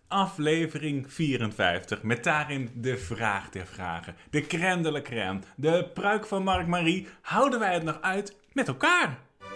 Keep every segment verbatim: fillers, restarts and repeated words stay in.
Aflevering vierenvijftig, met daarin de vraag der vragen. De crème de la crème, de pruik van Mark Marie. Houden wij het nog uit met elkaar?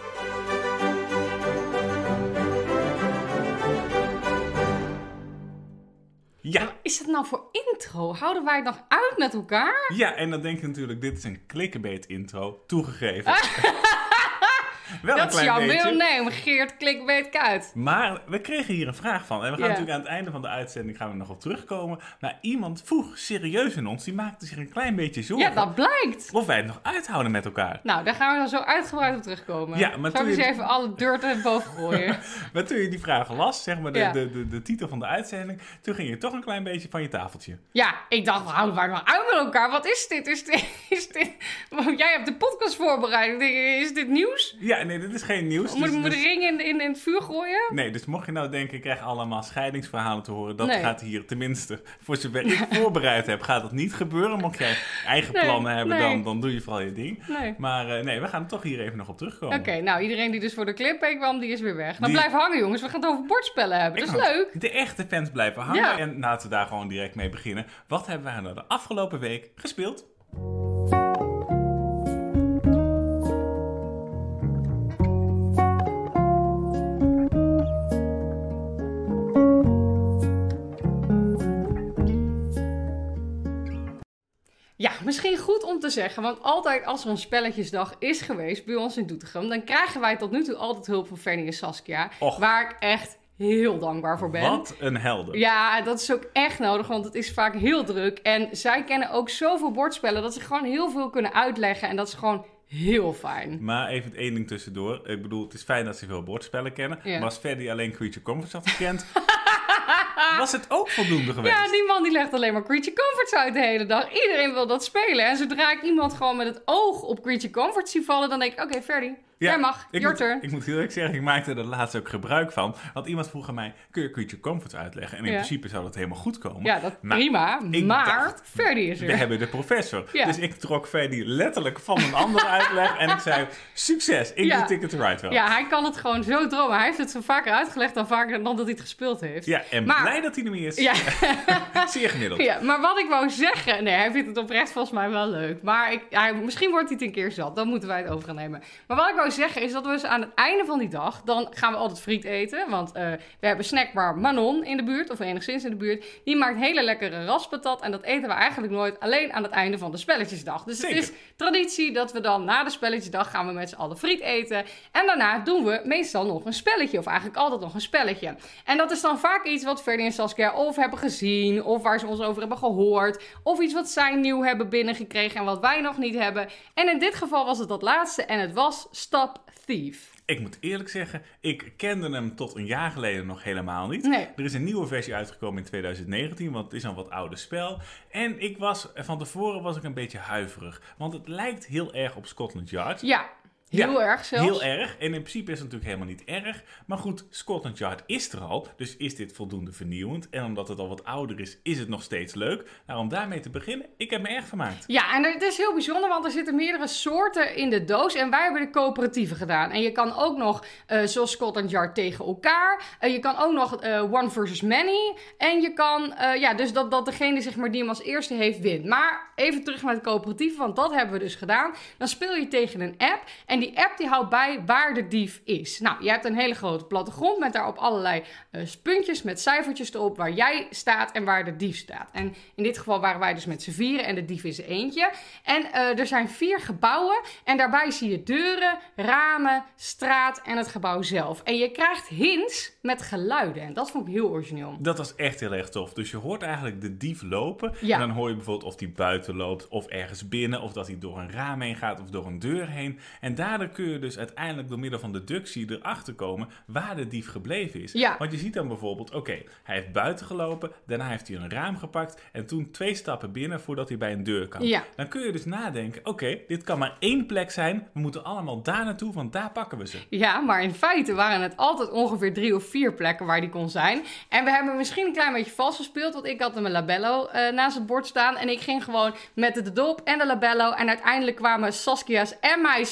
Ja. Wat is het nou voor intro? Houden wij het nog uit met elkaar? Ja, en dan denk je natuurlijk, dit is een clickbait intro, toegegeven. Wel dat een is jouw beetje. mailname, Geert Clickbait Kuit. Maar we kregen hier een vraag van. En we gaan Ja. natuurlijk aan het einde van de uitzending gaan we er nog op terugkomen. Maar iemand vroeg serieus in ons, die maakte zich een klein beetje zorgen. Ja, dat blijkt. Of wij het nog uithouden met elkaar. Nou, daar gaan we dan zo uitgebreid op terugkomen. Ja, maar Zal ik toen eens je- even alle dirt er boven gooien? Maar toen je die vraag las, zeg maar de, Ja. de, de, de titel van de uitzending, toen ging je toch een klein beetje van je tafeltje. Ja, ik dacht, we houden wij nog uit met elkaar? Wat is dit? Is dit, is dit... Want jij hebt de podcast voorbereid. Ik denk, is dit nieuws? Ja, nee, dit is geen nieuws. Moet, dus- moet dus- de ring in, in, in het vuur gooien? Nee, dus mocht je nou denken, ik krijg allemaal scheidingsverhalen te horen. Dat Nee. gaat hier tenminste, voor zover ik voorbereid heb, gaat dat niet gebeuren. Mocht jij eigen Nee, plannen hebben, nee. dan, dan doe je vooral je ding. Nee. Maar eh, nee, we gaan er toch hier even nog op terugkomen. Oké, nou, iedereen die dus voor de clipbait kwam, die is weer weg. Dan Die- blijf hangen, jongens. We gaan het over bordspellen hebben. Dat is Ik wou- leuk. De echte fans blijven hangen. Ja. En laten we daar gewoon direct mee beginnen. Wat hebben wij nou de afgelopen week gespeeld? Ja, misschien goed om te zeggen, want altijd als er een spelletjesdag is geweest bij ons in Doetinchem, dan krijgen wij tot nu toe altijd hulp van Fanny en Saskia, Och. waar ik echt heel dankbaar voor ben. Wat een helder. Ja, dat is ook echt nodig, want het is vaak heel druk. En zij kennen ook zoveel bordspellen dat ze gewoon heel veel kunnen uitleggen en dat is gewoon heel fijn. Maar even één ding tussendoor. Ik bedoel, het is fijn dat ze veel bordspellen kennen. Ja. Maar als Ferdy alleen Creature Comforts had gekend, was het ook voldoende geweest. Ja, die man die legt alleen maar Creature Comforts uit de hele dag. Iedereen wil dat spelen. En zodra ik iemand gewoon met het oog op Creature Comforts zie vallen, dan denk ik, oké, Ferdy, Ja, jij mag, ik your moet, turn. ik moet heel eerlijk zeggen, ik maakte er laatst ook gebruik van. Want iemand vroeg aan mij, kun je Creature Comforts uitleggen? En in Ja. principe zou dat helemaal goed komen. Ja, dat Maar prima. ik Maar dacht, Ferdy is er. We hebben de professor. Ja. Dus ik trok Ferdy letterlijk van een andere uitleg. En ik zei, succes, ik Ja. doe Ticket to Ride wel. Ja, hij kan het gewoon zo dromen. Hij heeft het zo vaker uitgelegd dan vaker dan dat hij het gespeeld heeft. Ja, en Maar- blij dat hij er niet is. Ja. Zeer gemiddeld. Ja, maar wat ik wou zeggen... Nee, hij vindt het oprecht volgens mij wel leuk. Maar ik, hij, misschien wordt hij het een keer zat. Dan moeten wij het over gaan nemen. Maar wat ik wou zeggen is dat we dus aan het einde van die dag... Dan gaan we altijd friet eten. Want eh, we hebben snackbar Manon in de buurt. Of enigszins in de buurt. Die maakt hele lekkere raspatat. En dat eten we eigenlijk nooit alleen aan het einde van de spelletjesdag. Dus Zeker. het is traditie dat we dan na de spelletjesdag... gaan we met z'n allen friet eten. En daarna doen we meestal nog een spelletje. Of eigenlijk altijd nog een spelletje. En dat is dan vaak iets wat Ferdy en Saskia of hebben gezien... of waar ze ons over hebben gehoord... of iets wat zij nieuw hebben binnengekregen en wat wij nog niet hebben. En in dit geval was het dat laatste en het was Stop Thief. Ik moet eerlijk zeggen, ik kende hem tot een jaar geleden nog helemaal niet. Nee. Er is een nieuwe versie uitgekomen in twintig negentien, want het is een wat ouder spel. En ik was, van tevoren was ik een beetje huiverig. Want het lijkt heel erg op Scotland Yard. Ja, heel Ja, erg zelfs. Heel erg. En in principe is het natuurlijk helemaal niet erg. Maar goed, Scotland Yard is er al. Dus is dit voldoende vernieuwend. En omdat het al wat ouder is, is het nog steeds leuk. Nou, om daarmee te beginnen, ik heb me erg vermaakt. Ja, en het is heel bijzonder, want er zitten meerdere soorten in de doos. En wij hebben de coöperatieve gedaan. En je kan ook nog, uh, zoals Scotland Yard, tegen elkaar. Uh, je kan ook nog uh, one versus many. En je kan, uh, ja, dus dat, dat degene zeg maar, die hem als eerste heeft, wint. Maar even terug naar het coöperatieve, want dat hebben we dus gedaan. Dan speel je tegen een app. En die app die houdt bij waar de dief is. Nou, je hebt een hele grote plattegrond met daarop allerlei uh, puntjes met cijfertjes erop waar jij staat en waar de dief staat. En in dit geval waren wij dus met z'n vieren en de dief is er eentje. En uh, er zijn vier gebouwen en daarbij zie je deuren, ramen, straat en het gebouw zelf. En je krijgt hints met geluiden en dat vond ik heel origineel. Dat was echt heel erg tof. Dus je hoort eigenlijk de dief lopen. Ja. En dan hoor je bijvoorbeeld of hij buiten loopt of ergens binnen. Of dat hij door een raam heen gaat of door een deur heen. En daardoor kun je dus uiteindelijk door middel van deductie erachter komen waar de dief gebleven is. Ja. Want je ziet dan bijvoorbeeld, oké, okay, hij heeft buiten gelopen. Daarna heeft hij een raam gepakt. En toen twee stappen binnen voordat hij bij een deur kan. Ja. Dan kun je dus nadenken, oké, okay, dit kan maar één plek zijn. We moeten allemaal daar naartoe, want daar pakken we ze. Ja, maar in feite waren het altijd ongeveer drie of vier plekken waar die kon zijn. En we hebben misschien een klein beetje vals gespeeld, want ik had mijn labello uh, naast het bord staan. En ik ging gewoon met de dop en de labello. En uiteindelijk kwamen Saskia's en mijn trouwe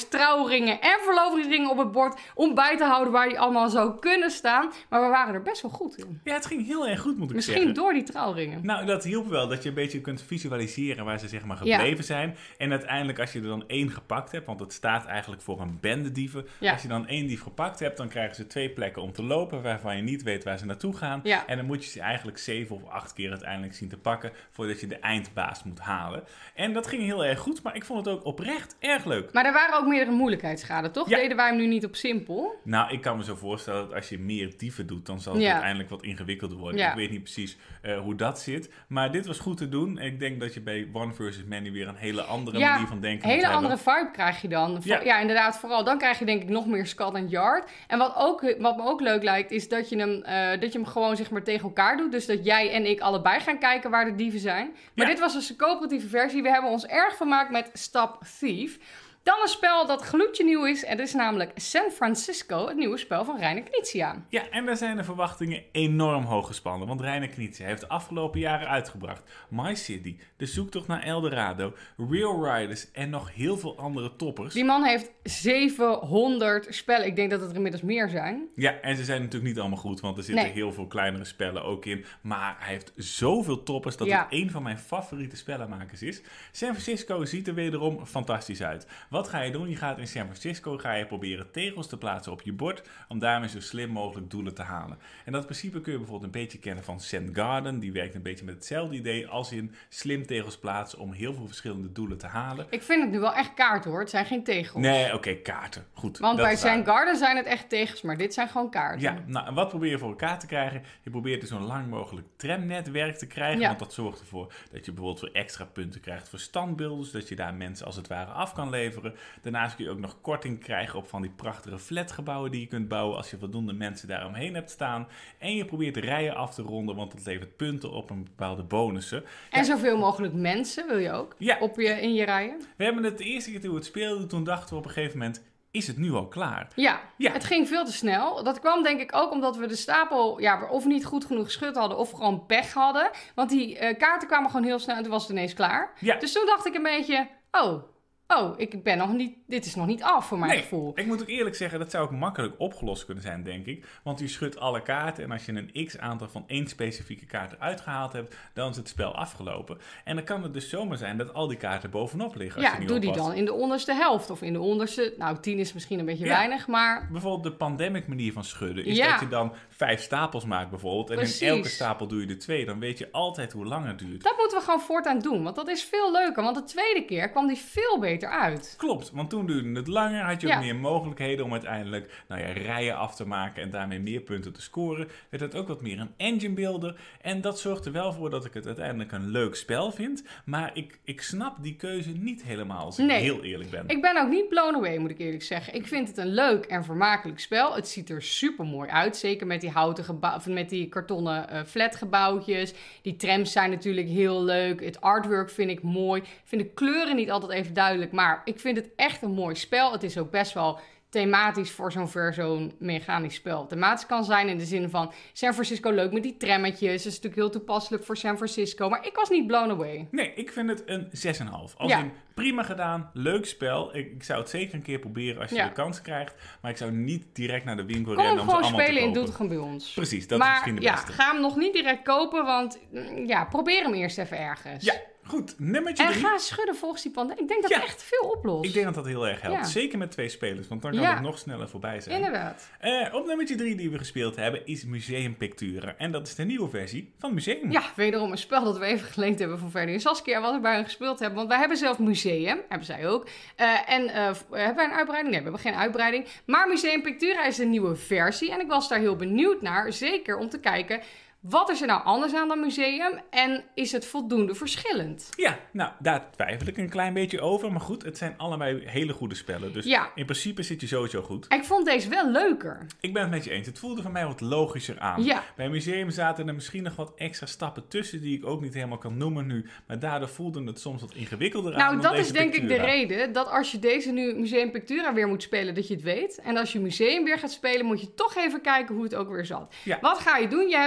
trouwringen en verlovingsringen op het bord om bij te houden waar die allemaal zou kunnen staan. Maar we waren er best wel goed in. Ja, het ging heel erg goed, moet ik Misschien zeggen. door die trouwringen. Nou, dat hielp wel, dat je een beetje kunt visualiseren waar ze zeg maar gebleven Ja. zijn. En uiteindelijk als je er dan één gepakt hebt, want het staat eigenlijk voor een bende dieven. Ja. Als je dan één dief gepakt hebt, dan krijgen ze twee plekken om te lopen waarvan je niet weet waar ze naartoe gaan. Ja. En dan moet je ze eigenlijk zeven of acht keer uiteindelijk zien te pakken voordat je de eindbaas moet halen. En dat ging heel erg goed, maar ik vond het ook oprecht erg leuk. Maar er waren ook meerdere moeilijkheidsgraden, toch? Ja. Deden wij hem nu niet op simpel? Nou, ik kan me zo voorstellen dat als je meer dieven doet, dan zal het Ja. uiteindelijk wat ingewikkelder worden. Ja. Ik weet niet precies uh, hoe dat zit. Maar dit was goed te doen. Ik denk dat je bij One versus Many weer een hele andere Ja, manier van denken Een hele moet andere hebben. vibe krijg je dan. Ja. Ja. ja, inderdaad, vooral. Dan krijg je denk ik nog meer Scotland Yard. En wat, ook, wat me ook leuk lijkt, is dat je, hem, uh, dat je hem gewoon zeg maar tegen elkaar doet. Dus dat jij en ik allebei gaan kijken waar de dieven zijn. Maar Ja. dit was dus een coöperatieve versie. We hebben ons erg vermaakt met Stop Thief. Dan een spel dat gloedje nieuw is. En dat is namelijk San Francisco, het nieuwe spel van Reiner Knizia. Ja, en daar zijn de verwachtingen enorm hoog gespannen. Want Reiner Knizia heeft de afgelopen jaren uitgebracht My City, De Zoektocht naar Eldorado, Real Riders en nog heel veel andere toppers. Die man heeft zevenhonderd spellen. Ik denk dat het er inmiddels meer zijn. Ja, en ze zijn natuurlijk niet allemaal goed, want er zitten Nee. heel veel kleinere spellen ook in. Maar hij heeft zoveel toppers dat Ja. het een van mijn favoriete spellenmakers is. San Francisco ziet er wederom fantastisch uit. Wat ga je doen? Je gaat in San Francisco ga je proberen tegels te plaatsen op je bord, om daarmee zo slim mogelijk doelen te halen. En dat principe kun je bijvoorbeeld een beetje kennen van Sand Garden. Die werkt een beetje met hetzelfde idee als in slim tegels plaatsen om heel veel verschillende doelen te halen. Ik vind het nu wel echt kaarten hoor. Het zijn geen tegels. Nee, oké, okay, kaarten. Goed. Want dat bij is Sand waar. Garden zijn het echt tegels, maar dit zijn gewoon kaarten. Ja, nou, en wat probeer je voor elkaar te krijgen? Je probeert dus zo lang mogelijk tramnetwerk te krijgen, Ja. want dat zorgt ervoor dat je bijvoorbeeld weer extra punten krijgt voor standbeelden, zodat je daar mensen als het ware af kan leveren. Daarnaast kun je ook nog korting krijgen op van die prachtige flatgebouwen die je kunt bouwen als je voldoende mensen daaromheen hebt staan. En je probeert de rijen af te ronden, want dat levert punten op een bepaalde bonussen. En Ja, zoveel mogelijk mensen wil je ook Ja. op je, in je rijen. we hebben het de eerste keer toen we het speelden, toen dachten we op een gegeven moment, is het nu al klaar? Ja, Ja. het ging veel te snel. Dat kwam denk ik ook omdat we de stapel ja, of niet goed genoeg geschud hadden of gewoon pech hadden. Want die uh, kaarten kwamen gewoon heel snel en toen was het ineens klaar. Ja. Dus toen dacht ik een beetje, oh, oh, ik ben nog niet, dit is nog niet af voor mijn Nee, gevoel. ik moet ook eerlijk zeggen, dat zou ook makkelijk opgelost kunnen zijn, denk ik. Want je schudt alle kaarten en als je een x-aantal van één specifieke kaart uitgehaald hebt, dan is het spel afgelopen. En dan kan het dus zomaar zijn dat al die kaarten bovenop liggen. Als je Ja, niet doe die oppast. dan in de onderste helft of in de onderste, nou tien is misschien een beetje Ja. weinig, maar Bijvoorbeeld de pandemic manier van schudden is Ja. dat je dan vijf stapels maakt bijvoorbeeld. En Precies. in elke stapel doe je er twee. Dan weet je altijd hoe lang het duurt. dat moeten we gewoon voortaan doen. Want dat is veel leuker, want de tweede keer kwam die veel beter uit. Klopt, want toen duurde het langer, had je ook Ja. meer mogelijkheden om uiteindelijk nou ja, rijen af te maken en daarmee meer punten te scoren. Werd het ook wat meer een engine builder. En dat zorgt er wel voor dat ik het uiteindelijk een leuk spel vind. Maar ik, ik snap die keuze niet helemaal, als ik Nee. heel eerlijk ben. Ik ben ook niet blown away, moet ik eerlijk zeggen. Ik vind het een leuk en vermakelijk spel. Het ziet er super mooi uit. Zeker met die houten gebouw, of met die kartonnen uh, flatgebouwtjes. Die trams zijn natuurlijk heel leuk. Het artwork vind ik mooi. Ik vind de kleuren niet altijd even duidelijk. Maar ik vind het echt een mooi spel. Het is ook best wel thematisch voor zo'n ver zo'n mechanisch spel thematisch kan zijn. In de zin van San Francisco leuk met die trammetjes. Dat is natuurlijk heel toepasselijk voor San Francisco. Maar ik was niet blown away. Nee, ik vind het een zes komma vijf. Als Ja. in prima gedaan, leuk spel. Ik, ik zou het zeker een keer proberen als je Ja. de kans krijgt. Maar ik zou niet direct naar de winkel Kom rennen hem om ze gewoon allemaal te spelen in kopen. Doetinchem bij ons. Precies, dat is maar misschien de ja, beste. ga hem nog niet direct kopen, want mm, ja, probeer hem eerst even ergens. Ja, goed. Nummertje En drie. ga schudden volgens die pandemie. Ik denk dat Ja. het echt veel oplost. Ik denk dat dat heel erg helpt. Ja. Zeker met twee spelers, want dan kan Ja. het nog sneller voorbij zijn. Inderdaad. Eh, op nummertje drie die we gespeeld hebben is Museum Pictura. En dat is de nieuwe versie van Museum. Ja, wederom een spel dat we even geleend hebben van Ferdy en Saskia, wat we bij hen gespeeld hebben. Want wij hebben zelf museum, hebben zij ook. Uh, en uh, hebben wij een uitbreiding? Nee, we hebben geen uitbreiding. Maar Museum Pictura is een nieuwe versie. En ik was daar heel benieuwd naar, zeker om te kijken, wat is er nou anders aan dan museum? En is het voldoende verschillend? Ja, nou, daar twijfel ik een klein beetje over. Maar goed, het zijn allebei hele goede spellen. Dus Ja. in principe zit je sowieso goed. Ik vond deze wel leuker. Ik ben het met je eens. Het voelde voor mij wat logischer aan. Ja. Bij Museum zaten er misschien nog wat extra stappen tussen die ik ook niet helemaal kan noemen nu. Maar daardoor voelde het soms wat ingewikkelder aan Nou, dan dat deze is denk ik de Pictura. reden dat als je deze nu Museum Pictura weer moet spelen, dat je het weet. En als je museum weer gaat spelen, moet je toch even kijken hoe het ook weer zat. Ja. Wat ga je doen? Je hebt een heleboel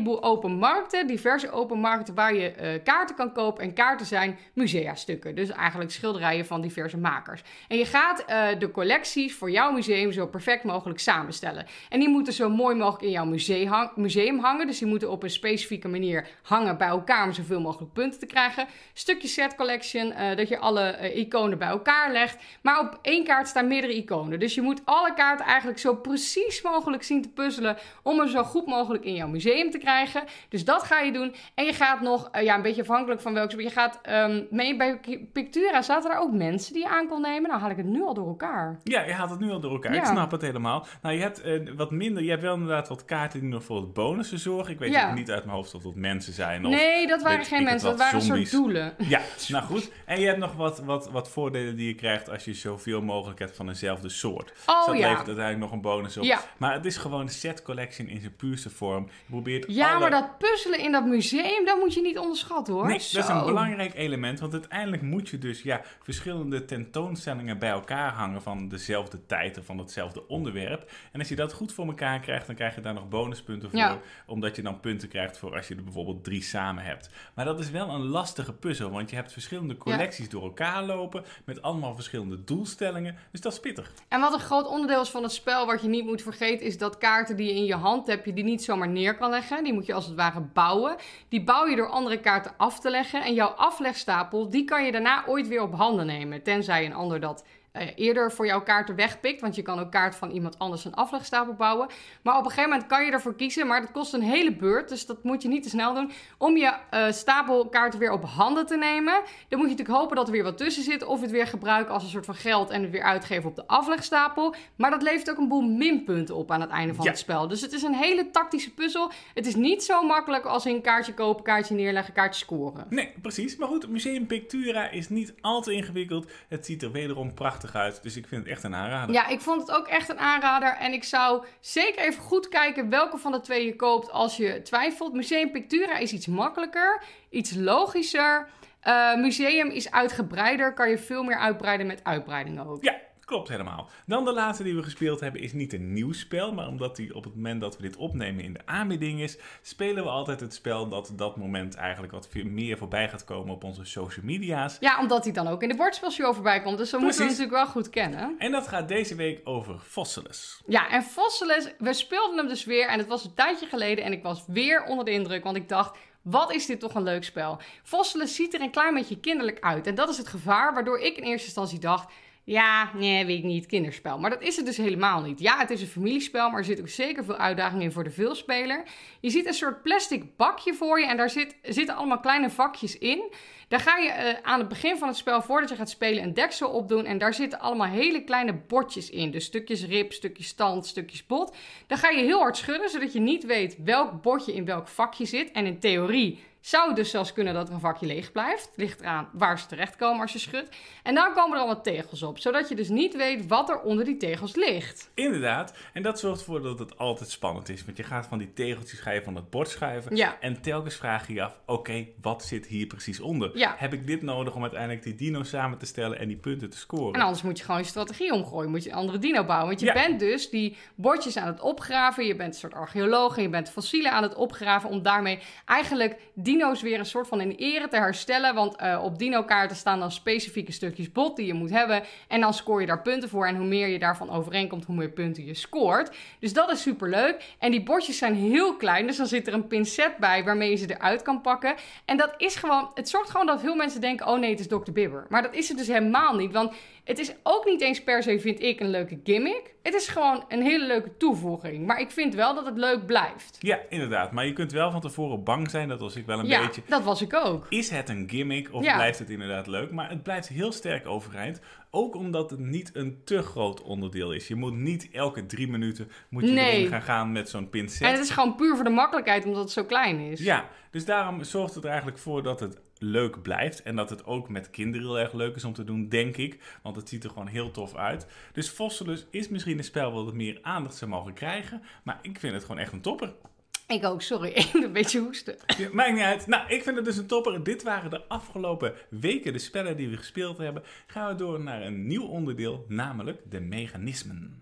heleboel open markten, diverse open markten waar je uh, kaarten kan kopen. En kaarten zijn museastukken, dus eigenlijk schilderijen van diverse makers. En je gaat uh, de collecties voor jouw museum zo perfect mogelijk samenstellen. En die moeten zo mooi mogelijk in jouw museum, hang- museum hangen, dus die moeten op een specifieke manier hangen bij elkaar om zoveel mogelijk punten te krijgen. Stukje set collection, uh, dat je alle uh, iconen bij elkaar legt. Maar op één kaart staan meerdere iconen. Dus je moet alle kaarten eigenlijk zo precies mogelijk zien te puzzelen om er zo goed mogelijk in jouw museum te krijgen. Dus dat ga je doen. En je gaat nog, uh, ja, een beetje afhankelijk van welk... Je gaat um, mee bij Pictura. Zaten er ook mensen die je aan kon nemen? Nou haal ik het nu al door elkaar. Ja, je haalt het nu al door elkaar. Ja. Ik snap het helemaal. Nou, je hebt uh, wat minder... Je hebt wel inderdaad wat kaarten die nog voor het bonussen zorgen. Ik weet ja. niet uit mijn hoofd of dat mensen zijn. Of nee, dat waren geen mensen. Dat waren zombies. Een soort doelen. Ja, nou goed. En je hebt nog wat, wat, wat voordelen die je krijgt als je zoveel mogelijk hebt van dezelfde soort. Oh, dus dat ja. levert uiteindelijk nog een bonus op. Ja. Maar het is gewoon een set collection in zijn puurste vorm. Je probeert ja, alle... maar dat puzzelen in dat museum, dat moet je niet onderschatten, hoor. Nee, Zo. dat is een belangrijk element. Want uiteindelijk moet je dus ja, verschillende tentoonstellingen bij elkaar hangen van dezelfde tijd of van hetzelfde onderwerp. En als je dat goed voor elkaar krijgt, dan krijg je daar nog bonuspunten voor. Ja. Omdat je dan punten krijgt voor als je er bijvoorbeeld drie samen hebt. Maar dat is wel een lastige puzzel, want je hebt verschillende collecties ja. door elkaar lopen met allemaal verschillende doelstellingen. Dus dat is pittig. En wat een groot onderdeel is van het spel, wat je niet moet vergeten, is dat kaarten die je in je hand hebt, je die niet zomaar neer kan leggen. Die moet je als het ware bouwen. Die bouw je door andere kaarten af te leggen. En jouw aflegstapel, die kan je daarna ooit weer op handen nemen. Tenzij een ander dat uh, eerder voor jouw kaarten wegpikt. Want je kan ook kaart van iemand anders een aflegstapel bouwen. Maar op een gegeven moment kan je ervoor kiezen. Maar dat kost een hele beurt. Dus dat moet je niet te snel doen. Om je uh, stapel kaarten weer op handen te nemen. Dan moet je natuurlijk hopen dat er weer wat tussen zit. Of het weer gebruiken als een soort van geld. En het weer uitgeven op de aflegstapel. Maar dat levert ook een boel minpunten op aan het einde van ja. het spel. Dus het is een hele tactische puzzel. Het is niet zo makkelijk als in kaartje kopen, kaartje neerleggen, kaartje scoren. Nee, precies. Maar goed, Museum Pictura is niet al te ingewikkeld. Het ziet er wederom prachtig uit. Dus ik vind het echt een aanrader. Ja, ik vond het ook echt een aanrader. En ik zou zeker even goed kijken welke van de twee je koopt als je twijfelt. Museum Pictura is iets makkelijker, iets logischer. Uh, museum is uitgebreider. Kan je veel meer uitbreiden met uitbreidingen ook. Ja. Klopt helemaal. Dan de laatste die we gespeeld hebben is niet een nieuw spel, maar omdat die op het moment dat we dit opnemen in de aanbieding is, spelen we altijd het spel dat dat moment eigenlijk wat meer voorbij gaat komen op onze social media's. Ja, omdat die dan ook in de bordspelshow voorbij komt, dus dan moeten we natuurlijk wel goed kennen. En dat gaat deze week over Fossilis. Ja, en Fossilis, we speelden hem dus weer en het was een tijdje geleden en ik was weer onder de indruk, want ik dacht, wat is dit toch een leuk spel. Fossilis ziet er een klein beetje kinderlijk uit en dat is het gevaar, waardoor ik in eerste instantie dacht, ja, nee, weet ik niet, kinderspel. Maar dat is het dus helemaal niet. Ja, het is een familiespel, maar er zit ook zeker veel uitdaging in voor de veelspeler. Je ziet een soort plastic bakje voor je en daar zit, zitten allemaal kleine vakjes in. Daar ga je uh, aan het begin van het spel, voordat je gaat spelen, een deksel op doen. En daar zitten allemaal hele kleine bordjes in. Dus stukjes rib, stukjes stand, stukjes bot. Dan ga je heel hard schudden, zodat je niet weet welk bordje in welk vakje zit. En in theorie zou het dus zelfs kunnen dat er een vakje leeg blijft. Ligt eraan waar ze terechtkomen als je schudt. En dan komen er allemaal tegels op. Zodat je dus niet weet wat er onder die tegels ligt. Inderdaad. En dat zorgt ervoor dat het altijd spannend is. Want je gaat van die tegeltjes ga je van het bord schuiven. Ja. En telkens vraag je je af, oké, okay, wat zit hier precies onder? Ja. Heb ik dit nodig om uiteindelijk die dino samen te stellen en die punten te scoren? En anders moet je gewoon je strategie omgooien. Moet je een andere dino bouwen. Want je ja. bent dus die bordjes aan het opgraven. Je bent een soort archeoloog en je bent fossielen aan het opgraven. Om daarmee eigenlijk dino's weer een soort van in ere te herstellen. Want uh, op dino-kaarten staan dan specifieke stukjes bot die je moet hebben. En dan scoor je daar punten voor. En hoe meer je daarvan overeenkomt, hoe meer punten je scoort. Dus dat is superleuk. En die bordjes zijn heel klein. Dus dan zit er een pincet bij waarmee je ze eruit kan pakken. En dat is gewoon... Het zorgt gewoon dat veel mensen denken, oh nee, het is dokter Bibber. Maar dat is het dus helemaal niet. Want het is ook niet eens per se, vind ik, een leuke gimmick. Het is gewoon een hele leuke toevoeging. Maar ik vind wel dat het leuk blijft. Ja, inderdaad. Maar je kunt wel van tevoren bang zijn. Dat was ik wel een ja, beetje. dat was ik ook. Is het een gimmick of ja. blijft het inderdaad leuk? Maar het blijft heel sterk overeind. Ook omdat het niet een te groot onderdeel is. Je moet niet elke drie minuten moet je nee. erin gaan gaan met zo'n pincet. En het is gewoon puur voor de makkelijkheid, omdat het zo klein is. Ja, dus daarom zorgt het er eigenlijk voor dat het leuk blijft. En dat het ook met kinderen heel erg leuk is om te doen, denk ik. Want het ziet er gewoon heel tof uit. Dus Fossilis is misschien een spel wat meer aandacht zou mogen krijgen. Maar ik vind het gewoon echt een topper. Ik ook, sorry. Ik moet een beetje hoesten. Ja, maakt niet uit. Nou, ik vind het dus een topper. Dit waren de afgelopen weken de spellen die we gespeeld hebben. Gaan we door naar een nieuw onderdeel, namelijk de mechanismen.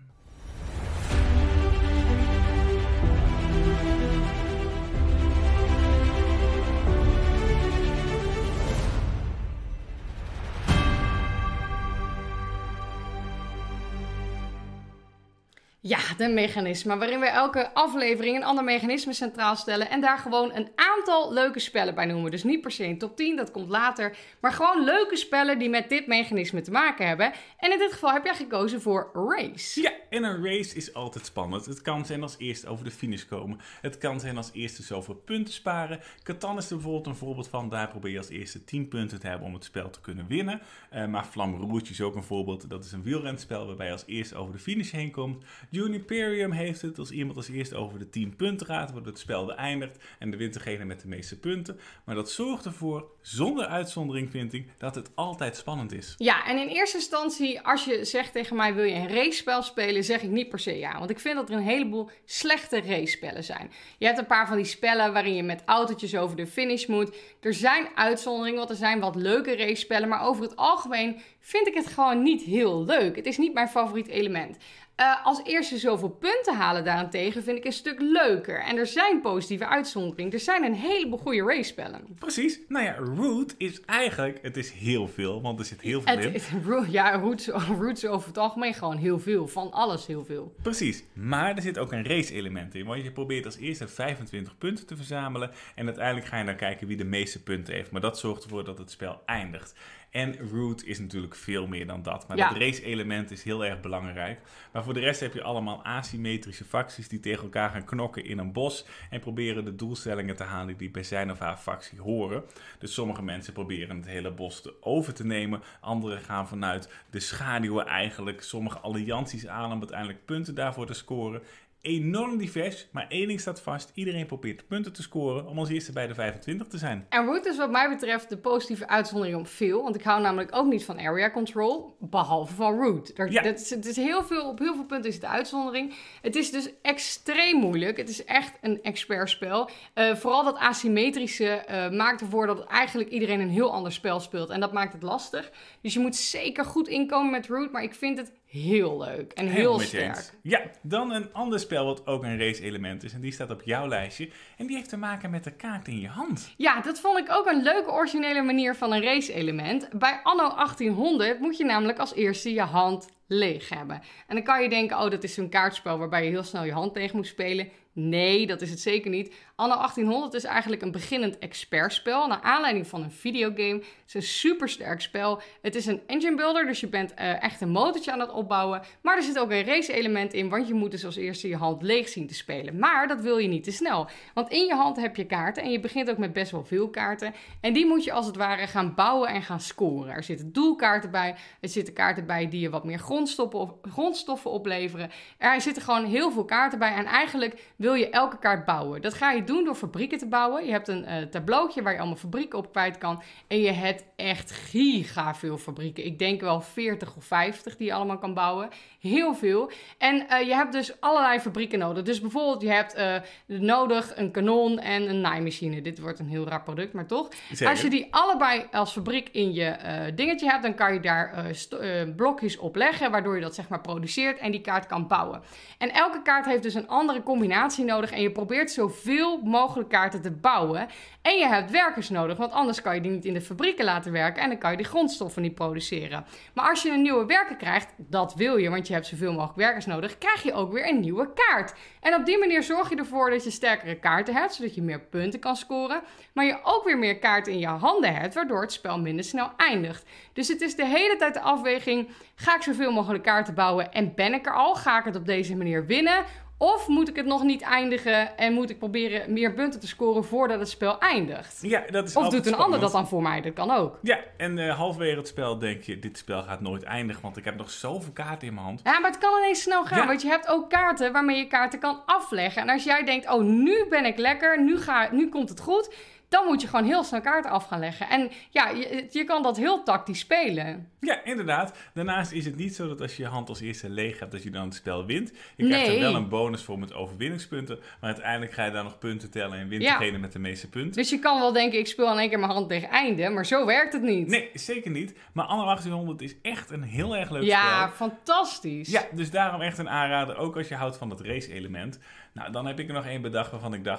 de mechanismen. Waarin we elke aflevering een ander mechanisme centraal stellen. En daar gewoon een aantal leuke spellen bij noemen. Dus niet per se een top tien, dat komt later. Maar gewoon leuke spellen die met dit mechanisme te maken hebben. En in dit geval heb jij gekozen voor Race. Ja, en een race is altijd spannend. Het kan zijn als eerste over de finish komen. Het kan zijn als eerste zoveel punten sparen. Catan is er bijvoorbeeld een voorbeeld van. Daar probeer je als eerste tien punten te hebben om het spel te kunnen winnen. Uh, maar Flamme Rouge is ook een voorbeeld. Dat is een wielrenspel waarbij je als eerste over de finish heen komt. Juniperium heeft het als iemand als eerste over de tien punten gaat, waardoor het spel eindigt en de wint degene met de meeste punten. Maar dat zorgt ervoor, zonder uitzondering vind ik, dat het altijd spannend is. Ja, en in eerste instantie, als je zegt tegen mij, wil je een racespel spelen, zeg ik niet per se ja. Want ik vind dat er een heleboel slechte racespellen zijn. Je hebt een paar van die spellen waarin je met autootjes over de finish moet. Er zijn uitzonderingen, want er zijn wat leuke racespellen, maar over het algemeen vind ik het gewoon niet heel leuk. Het is niet mijn favoriet element. Uh, als eerste zoveel punten halen daarentegen vind ik een stuk leuker. En er zijn positieve uitzonderingen. Er zijn een heleboel goede racespellen. Precies. Nou ja, Root is eigenlijk, het is heel veel, want er zit heel veel het, in. Het, ja, Root, Root is over het algemeen gewoon heel veel. Van alles heel veel. Precies. Maar er zit ook een race element in. Want je probeert als eerste vijfentwintig punten te verzamelen. En uiteindelijk ga je dan kijken wie de meeste punten heeft. Maar dat zorgt ervoor dat het spel eindigt. En Root is natuurlijk veel meer dan dat. Maar ja. Dat race-element is heel erg belangrijk. Maar voor de rest heb je allemaal asymmetrische facties die tegen elkaar gaan knokken in een bos. En proberen de doelstellingen te halen die bij zijn of haar factie horen. Dus sommige mensen proberen het hele bos te over te nemen. Anderen gaan vanuit de schaduwen eigenlijk sommige allianties aan om uiteindelijk punten daarvoor te scoren. Enorm divers, maar één ding staat vast. Iedereen probeert punten te scoren om als eerste bij de vijfentwintig te zijn. En Root is wat mij betreft de positieve uitzondering op veel. Want ik hou namelijk ook niet van area control, behalve van Root. Er, ja. dat is, het is heel veel, op heel veel punten is het de uitzondering. Het is dus extreem moeilijk. Het is echt een expertspel. Uh, vooral dat asymmetrische uh, maakt ervoor dat eigenlijk iedereen een heel ander spel speelt. En dat maakt het lastig. Dus je moet zeker goed inkomen met Root, maar ik vind het heel leuk en heel, heel sterk. Eens. Ja, dan een ander spel wat ook een race element is. En die staat op jouw lijstje. En die heeft te maken met de kaart in je hand. Ja, dat vond ik ook een leuke originele manier van een race element. Bij anno achttienhonderd moet je namelijk als eerste je hand leeg hebben. En dan kan je denken, oh, dat is zo'n kaartspel waarbij je heel snel je hand tegen moet spelen. Nee, dat is het zeker niet. Anno achttienhonderd is eigenlijk een beginnend expertspel naar aanleiding van een videogame. Het is een supersterk spel. Het is een engine builder, dus je bent uh, echt een motortje aan het opbouwen. Maar er zit ook een race element in, want je moet dus als eerste je hand leeg zien te spelen. Maar dat wil je niet te snel. Want in je hand heb je kaarten en je begint ook met best wel veel kaarten. En die moet je als het ware gaan bouwen en gaan scoren. Er zitten doelkaarten bij, er zitten kaarten bij die je wat meer grondstoffen, op, grondstoffen opleveren. Er zitten gewoon heel veel kaarten bij en eigenlijk wil je elke kaart bouwen. Dat ga je doen door fabrieken te bouwen. Je hebt een uh, tableautje waar je allemaal fabrieken op kwijt kan. En je hebt echt giga veel fabrieken. Ik denk wel veertig of vijftig die je allemaal kan bouwen. Heel veel. En uh, je hebt dus allerlei fabrieken nodig. Dus bijvoorbeeld je hebt uh, nodig een kanon en een naaimachine. Dit wordt een heel raar product, maar toch. Zeker. Als je die allebei als fabriek in je uh, dingetje hebt, dan kan je daar uh, st- uh, blokjes op leggen, waardoor je dat zeg maar produceert en die kaart kan bouwen. En elke kaart heeft dus een andere combinatie nodig en je probeert zoveel mogelijk kaarten te bouwen. En je hebt werkers nodig, want anders kan je die niet in de fabrieken laten werken en dan kan je die grondstoffen niet produceren. Maar als je een nieuwe werker krijgt, dat wil je, want je hebt zoveel mogelijk werkers nodig, krijg je ook weer een nieuwe kaart. En op die manier zorg je ervoor dat je sterkere kaarten hebt, zodat je meer punten kan scoren, maar je ook weer meer kaarten in je handen hebt, waardoor het spel minder snel eindigt. Dus het is de hele tijd de afweging, ga ik zoveel mogelijk kaarten bouwen en ben ik er al? Ga ik het op deze manier winnen? Of moet ik het nog niet eindigen en moet ik proberen meer punten te scoren voordat het spel eindigt? Ja, dat is of doet een spannend. ander dat dan voor mij? Dat kan ook. Ja, en uh, halverwege het spel denk je, dit spel gaat nooit eindigen, want ik heb nog zoveel kaarten in mijn hand. Ja, maar het kan ineens snel gaan, ja. Want je hebt ook kaarten waarmee je kaarten kan afleggen. En als jij denkt, oh, nu ben ik lekker, nu, ga, nu komt het goed, dan moet je gewoon heel snel kaarten af gaan leggen. En ja, je, je kan dat heel tactisch spelen. Ja, inderdaad. Daarnaast is het niet zo dat als je je hand als eerste leeg hebt, dat je dan het spel wint. Je krijgt nee. er wel een bonus voor met overwinningspunten, maar uiteindelijk ga je dan nog punten tellen en wint ja. degene met de meeste punten. Dus je kan wel denken, ik speel in één keer mijn hand tegen einde, maar zo werkt het niet. Nee, zeker niet. Maar anno achttienhonderd is echt een heel erg leuk ja, spel. Ja, fantastisch. Ja, dus daarom echt een aanrader, ook als je houdt van dat race-element. Nou, dan heb ik er nog één bedacht waarvan ik dacht,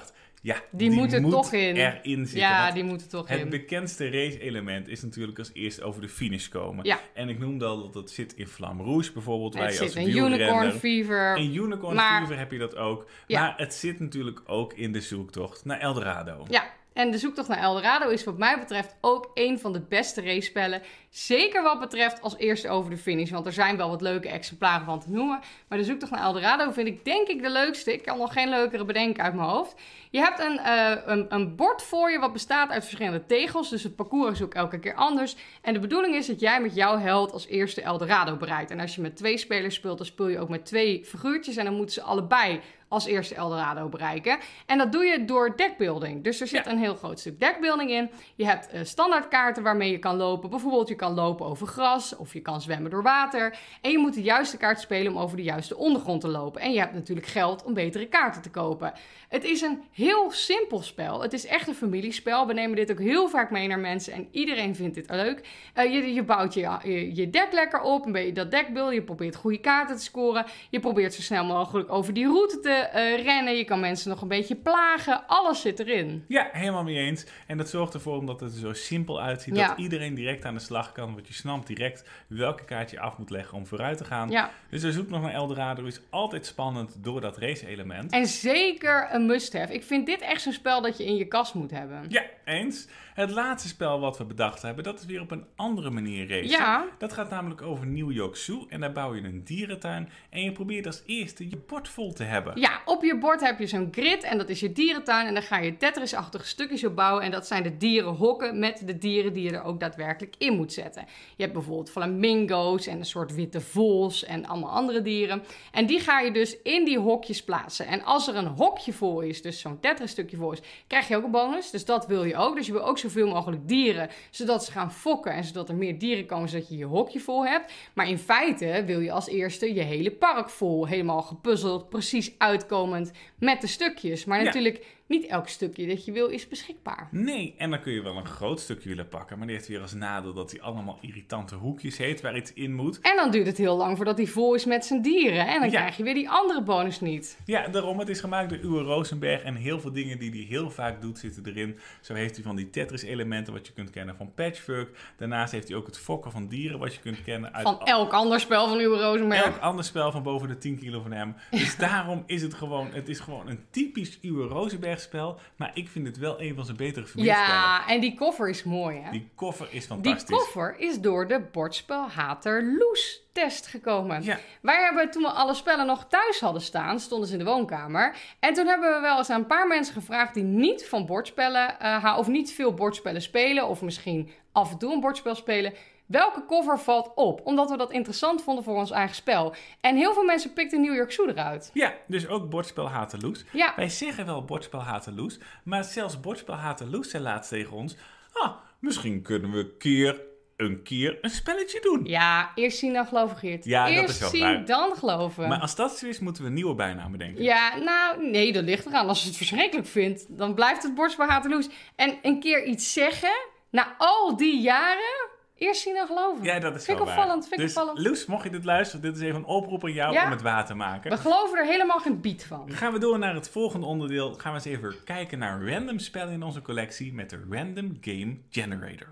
Ja, die, die moeten moet toch in. erin zitten. Ja, die moeten toch het in. Het bekendste race-element is natuurlijk als eerst over de finish komen. Ja. En ik noemde al dat het zit in Flamme Rouge bijvoorbeeld. Het waar je zit als in wielrenner, Unicorn Fever. In Unicorn maar, Fever heb je dat ook. Ja. Maar het zit natuurlijk ook in de zoektocht naar Eldorado. Ja. En de zoektocht naar Eldorado is wat mij betreft ook een van de beste race-spellen. Zeker wat betreft als eerste over de finish. Want er zijn wel wat leuke exemplaren van te noemen. Maar de zoektocht naar Eldorado vind ik denk ik de leukste. Ik kan nog geen leukere bedenken uit mijn hoofd. Je hebt een, uh, een, een bord voor je wat bestaat uit verschillende tegels. Dus het parcours is ook elke keer anders. En de bedoeling is dat jij met jouw held als eerste Eldorado bereikt. En als je met twee spelers speelt, dan speel je ook met twee figuurtjes. En dan moeten ze allebei als eerste Eldorado bereiken. En dat doe je door deckbuilding. Dus er zit ja. een heel groot stuk deckbuilding in. Je hebt uh, standaardkaarten waarmee je kan lopen. Bijvoorbeeld je kan lopen over gras of je kan zwemmen door water. En je moet de juiste kaart spelen om over de juiste ondergrond te lopen. En je hebt natuurlijk geld om betere kaarten te kopen. Het is een heel simpel spel. Het is echt een familiespel. We nemen dit ook heel vaak mee naar mensen en iedereen vindt dit leuk. Uh, je, je bouwt je, je, je deck lekker op, een beetje dat deckbuilden. Je probeert goede kaarten te scoren. Je probeert zo snel mogelijk over die route te uh, rennen. Je kan mensen nog een beetje plagen. Alles zit erin. Ja, helemaal mee eens. En dat zorgt ervoor, omdat het er zo simpel uitziet, ja. dat iedereen direct aan de slag kan. Want je snapt direct welke kaart je af moet leggen om vooruit te gaan. Ja. Dus de zoek nog naar Eldorado is altijd spannend door dat race-element. En zeker een must-have. Ik vind dit echt zo'n spel dat je in je kast moet hebben. Ja, eens. Het laatste spel wat we bedacht hebben, dat is weer op een andere manier racen. Ja. Dat gaat namelijk over New York Zoo. En daar bouw je een dierentuin. En je probeert als eerste je bord vol te hebben. Ja, op je bord heb je zo'n grid en dat is je dierentuin. En dan ga je Tetris-achtige stukjes op bouwen. En dat zijn de dierenhokken met de dieren die je er ook daadwerkelijk in moet zetten. Je hebt bijvoorbeeld flamingo's en een soort witte vos en allemaal andere dieren. En die ga je dus in die hokjes plaatsen. En als er een hokje vol is, dus zo'n Tetris-stukje vol is, krijg je ook een bonus. Dus dat wil je ook. Dus je wil ook zoveel mogelijk dieren, zodat ze gaan fokken en zodat er meer dieren komen, zodat je je hokje vol hebt. Maar in feite wil je als eerste je hele park vol, helemaal gepuzzeld, precies uitkomend met de stukjes. Maar natuurlijk, ja. niet elk stukje dat je wil is beschikbaar. Nee, en dan kun je wel een groot stukje willen pakken, maar die heeft weer als nadeel dat hij allemaal irritante hoekjes heeft waar iets in moet. En dan duurt het heel lang voordat hij vol is met zijn dieren. En dan ja. krijg je weer die andere bonus niet. Ja, daarom. Het is gemaakt door Uwe Rosenberg en heel veel dingen die hij heel vaak doet zitten erin. Zo heeft hij van die Tetris-elementen wat je kunt kennen van Patchwork. Daarnaast heeft hij ook het fokken van dieren wat je kunt kennen uit... Van elk ander spel van Uwe Rosenberg. Elk ander spel van boven de tien kilo van hem. Ja. Dus daarom is het gewoon, het is gewoon een typisch Uwe Rosenberg spel. Maar ik vind het wel een van zijn betere familiespellen. Ja, en die koffer is mooi, hè? Die koffer is fantastisch. Die koffer is door de bordspelhater Loes test gekomen. Ja. Wij hebben, toen we alle spellen nog thuis hadden staan, stonden ze in de woonkamer. En toen hebben we wel eens aan een paar mensen gevraagd die niet van bordspellen uh, of niet veel bordspellen spelen, of misschien af en toe een bordspel spelen. Welke cover valt op? Omdat we dat interessant vonden voor ons eigen spel. En heel veel mensen pikten New York Zoo eruit. Ja, dus ook bordspelhater Loes. Ja. Wij zeggen wel bordspelhater Loes, maar zelfs bordspelhater Loes zei laatst tegen ons, ah, misschien kunnen we keer, een keer een spelletje doen. Ja, eerst zien dan geloven, Geert. Ja, eerst dat is wel zien waar. Dan geloven. Maar als dat zo is, moeten we een nieuwe bijnaam bedenken. Ja, nou, nee, dat ligt eraan. Als je het verschrikkelijk vindt, dan blijft het bordspelhater Loes. En een keer iets zeggen, na al die jaren... Eerst zien dan geloven. Ja, dat is vind wel ik waar. opvallend, vind dus opvallend. Loes, mocht je dit luisteren, dit is even een oproep aan jou ja? om het waar te maken. We geloven er helemaal geen biet van. Dan gaan we door naar het volgende onderdeel. Gaan we eens even kijken naar random spellen in onze collectie met de Random Game Generator.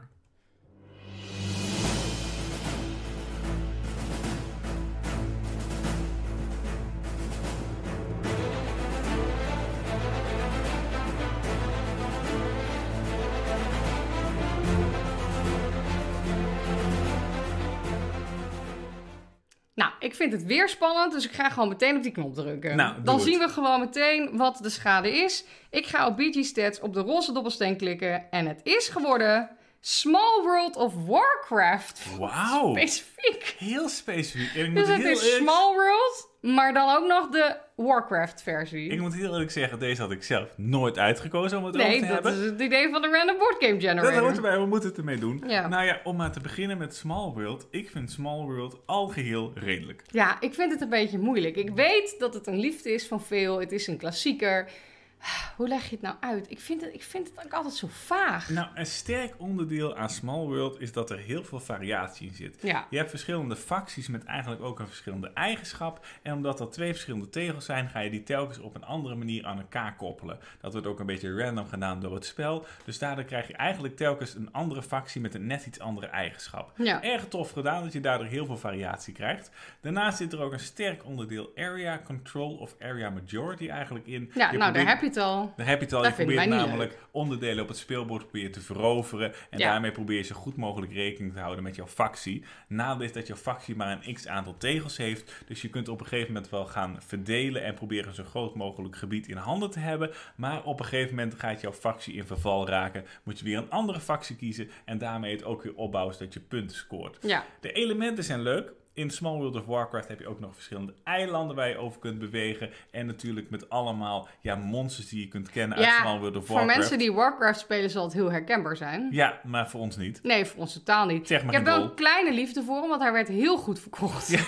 Nou, ik vind het weer spannend, dus ik ga gewoon meteen op die knop drukken. Nou, Dan het. zien we gewoon meteen wat de schade is. Ik ga op B G Stats op de roze dobbelsteen klikken en het is geworden Small World of Warcraft. Wauw. Specifiek. Heel specifiek. En ik Dus moet het heel is eerlijk... Small World, maar dan ook nog de Warcraft versie. Ik moet heel eerlijk zeggen, deze had ik zelf nooit uitgekozen om het nee, over te dat hebben. is het idee van de Random Board Game Generator. Dat hoort erbij, we moeten het ermee doen. Ja. Nou ja, om maar te beginnen met Small World. Ik vind Small World al geheel redelijk. Ja, ik vind het een beetje moeilijk. Ik weet dat het een liefde is van veel. Het is een klassieker. Hoe leg je het nou uit? Ik vind het, ik vind het ook altijd zo vaag. Nou, een sterk onderdeel aan Small World is dat er heel veel variatie in zit. Ja. Je hebt verschillende facties met eigenlijk ook een verschillende eigenschap. En omdat er twee verschillende tegels zijn, ga je die telkens op een andere manier aan elkaar koppelen. Dat wordt ook een beetje random gedaan door het spel. Dus daardoor krijg je eigenlijk telkens een andere factie met een net iets andere eigenschap. Ja. Erg tof gedaan dat je daardoor heel veel variatie krijgt. Daarnaast zit er ook een sterk onderdeel Area Control of Area Majority eigenlijk in. Ja, je nou probeert... daar heb je het al. Daar heb je het al. Dat Je vinden probeert wij niet namelijk onderdelen op het speelbord proberen te veroveren. En Ja. daarmee probeer je zo goed mogelijk rekening te houden met jouw factie. Nadeel is dat jouw factie maar een x-aantal tegels heeft. Dus je kunt op een gegeven moment wel gaan verdelen en proberen zo groot mogelijk gebied in handen te hebben. Maar op een gegeven moment gaat jouw factie in verval raken. Moet je weer een andere factie kiezen en daarmee het ook weer opbouwen zodat je punten scoort. Ja. De elementen zijn leuk. In Small World of Warcraft heb je ook nog verschillende eilanden waar je over kunt bewegen. En natuurlijk met allemaal ja, monsters die je kunt kennen uit Ja, Small World of voor Warcraft. mensen die Warcraft spelen zal het heel herkenbaar zijn. Ja, maar voor ons niet. Nee, voor ons totaal niet. Zeg maar Ik heb geen wel rol. een kleine liefde voor hem, want hij werd heel goed verkocht. Ja.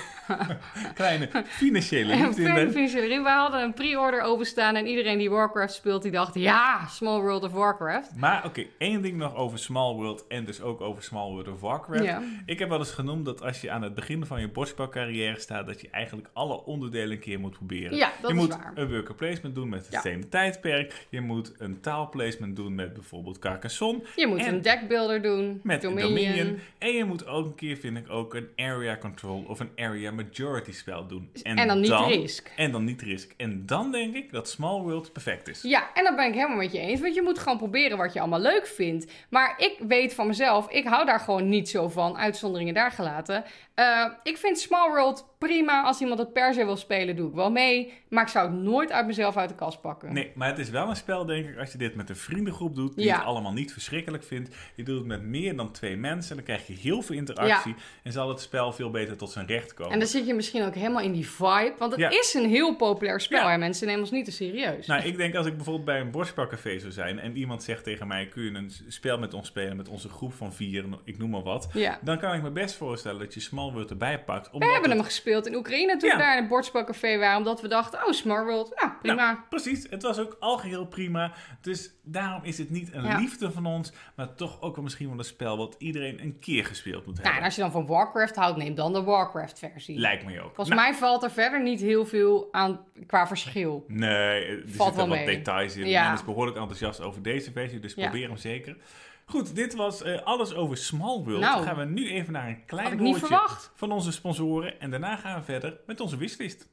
Kleine financiële En liefde in de- financiële. We hadden een pre-order openstaan en iedereen die Warcraft speelt, die dacht, ja, Small World of Warcraft. Maar oké, één ding nog over Small World en dus ook over Small World of Warcraft. Ja. Ik heb wel eens genoemd dat als je aan het begin van je bordspelcarrière staat, dat je eigenlijk alle onderdelen een keer moet proberen. Ja, dat je is moet waar. een worker placement doen met het Ja. same tijdperk. Je moet een taalplacement doen met bijvoorbeeld Carcassonne. Je moet En een deckbuilder doen, met Dominion. Dominion. En je moet ook een keer, vind ik, ook een area control of een area majority spel doen. En dan niet Risk. En dan niet Risk. En dan denk ik dat Small World perfect is. Ja, en dat ben ik helemaal met je eens. Want je moet gewoon proberen wat je allemaal leuk vindt. Maar ik weet van mezelf, ik hou daar gewoon niet zo van. Uitzonderingen daar gelaten. Uh, ik vind Small World prima. Als iemand het per se wil spelen, doe ik wel mee. Maar ik zou het nooit uit mezelf uit de kast pakken. Nee, maar het is wel een spel, denk ik, als je dit met een vriendengroep doet, die Ja. het allemaal niet verschrikkelijk vindt. Je doet het met meer dan twee mensen, dan krijg je heel veel interactie. Ja. En zal het spel veel beter tot zijn recht komen. En dan zit je misschien ook helemaal in die vibe. Want het Ja. is een heel populair spel. Ja. En mensen nemen ons niet te serieus. Nou, ik denk als ik bijvoorbeeld bij een bordspelcafé zou zijn en iemand zegt tegen mij, kun je een spel met ons spelen, met onze groep van vier, ik noem maar wat. Ja. Dan kan ik me best voorstellen dat je Small World erbij pakt. We omdat hebben het- hem gespeeld in Oekraïne toen Ja. we daar in het bordspelcafé waren. Omdat we dachten, oh, Small World, nou, prima. Nou, precies, het was ook algeheel prima. Dus daarom is het niet een Ja. liefde van ons, maar toch ook wel misschien wel een spel wat iedereen een keer gespeeld moet Nou, hebben. en als je dan van Warcraft houdt, neem dan de Warcraft-versie. Lijkt me ook. Volgens Nou, mij valt er verder niet heel veel aan qua verschil. Nee, er Valt zitten wel wat mee. details in. Ja. Men is behoorlijk enthousiast over deze versie, dus Ja. probeer hem zeker. Goed, dit was eh, alles over Small World. Nou, Dan gaan we nu even naar een klein had ik niet woordje verwacht. van onze sponsoren. En daarna gaan we verder met onze wishlist.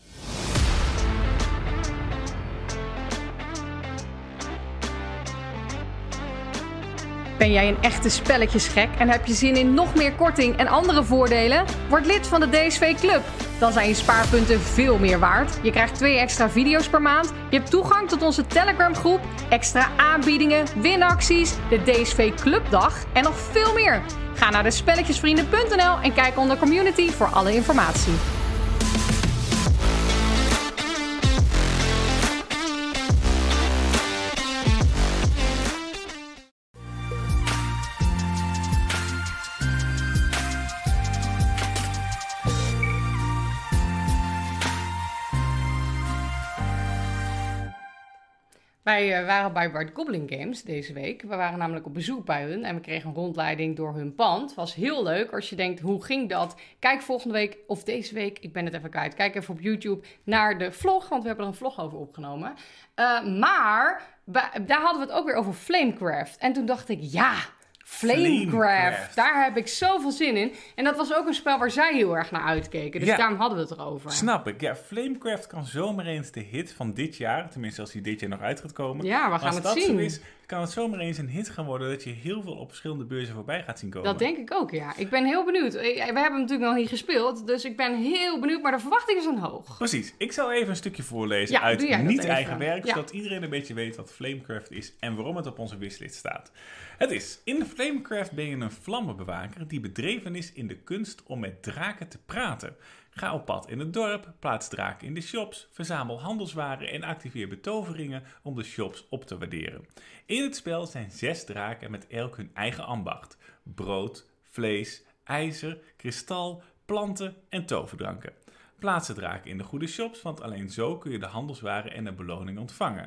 Ben jij een echte spelletjesgek en heb je zin in nog meer korting en andere voordelen? Word lid van de D S V Club. Dan zijn je spaarpunten veel meer waard. Je krijgt twee extra video's per maand. Je hebt toegang tot onze Telegram groep, extra aanbiedingen, winacties, de D S V Clubdag en nog veel meer. Ga naar de spelletjesvrienden punt n l en kijk onder community voor alle informatie. Wij uh, waren bij White Goblin Games deze week. We waren namelijk op bezoek bij hun en we kregen een rondleiding door hun pand. Was heel leuk. Als je denkt, hoe ging dat? Kijk volgende week of deze week, ik ben het even kwijt. Kijk even op YouTube naar de vlog, want we hebben er een vlog over opgenomen. Uh, maar ba- daar hadden we het ook weer over Flamecraft. En toen dacht ik, ja... Flamecraft, Flamecraft. daar heb ik zoveel zin in. En dat was ook een spel waar zij heel erg naar uitkeken. Dus Ja. daarom hadden we het erover. Snap ik. Ja, Flamecraft kan zomaar eens de hit van dit jaar, tenminste als die dit jaar nog uit gaat komen. Ja, we Maar gaan als het dat zien. zo is, kan het zomaar eens een hit gaan worden dat je heel veel op verschillende beurzen voorbij gaat zien komen. Dat denk ik ook, ja. Ik ben heel benieuwd. We hebben hem natuurlijk nog niet gespeeld, dus ik ben heel benieuwd, maar de verwachtingen zijn hoog. Precies. Ik zal even een stukje voorlezen Ja, uit doe jij dat niet even. eigen werk, Ja. zodat iedereen een beetje weet wat Flamecraft is en waarom het op onze wishlist staat. Het is, in Flamecraft ben je een vlammenbewaker die bedreven is in de kunst om met draken te praten. Ga op pad in het dorp, plaats draken in de shops, verzamel handelswaren en activeer betoveringen om de shops op te waarderen. In het spel zijn zes draken met elk hun eigen ambacht. Brood, vlees, ijzer, kristal, planten en toverdranken. Plaats de draken in de goede shops, want alleen zo kun je de handelswaren en de beloning ontvangen.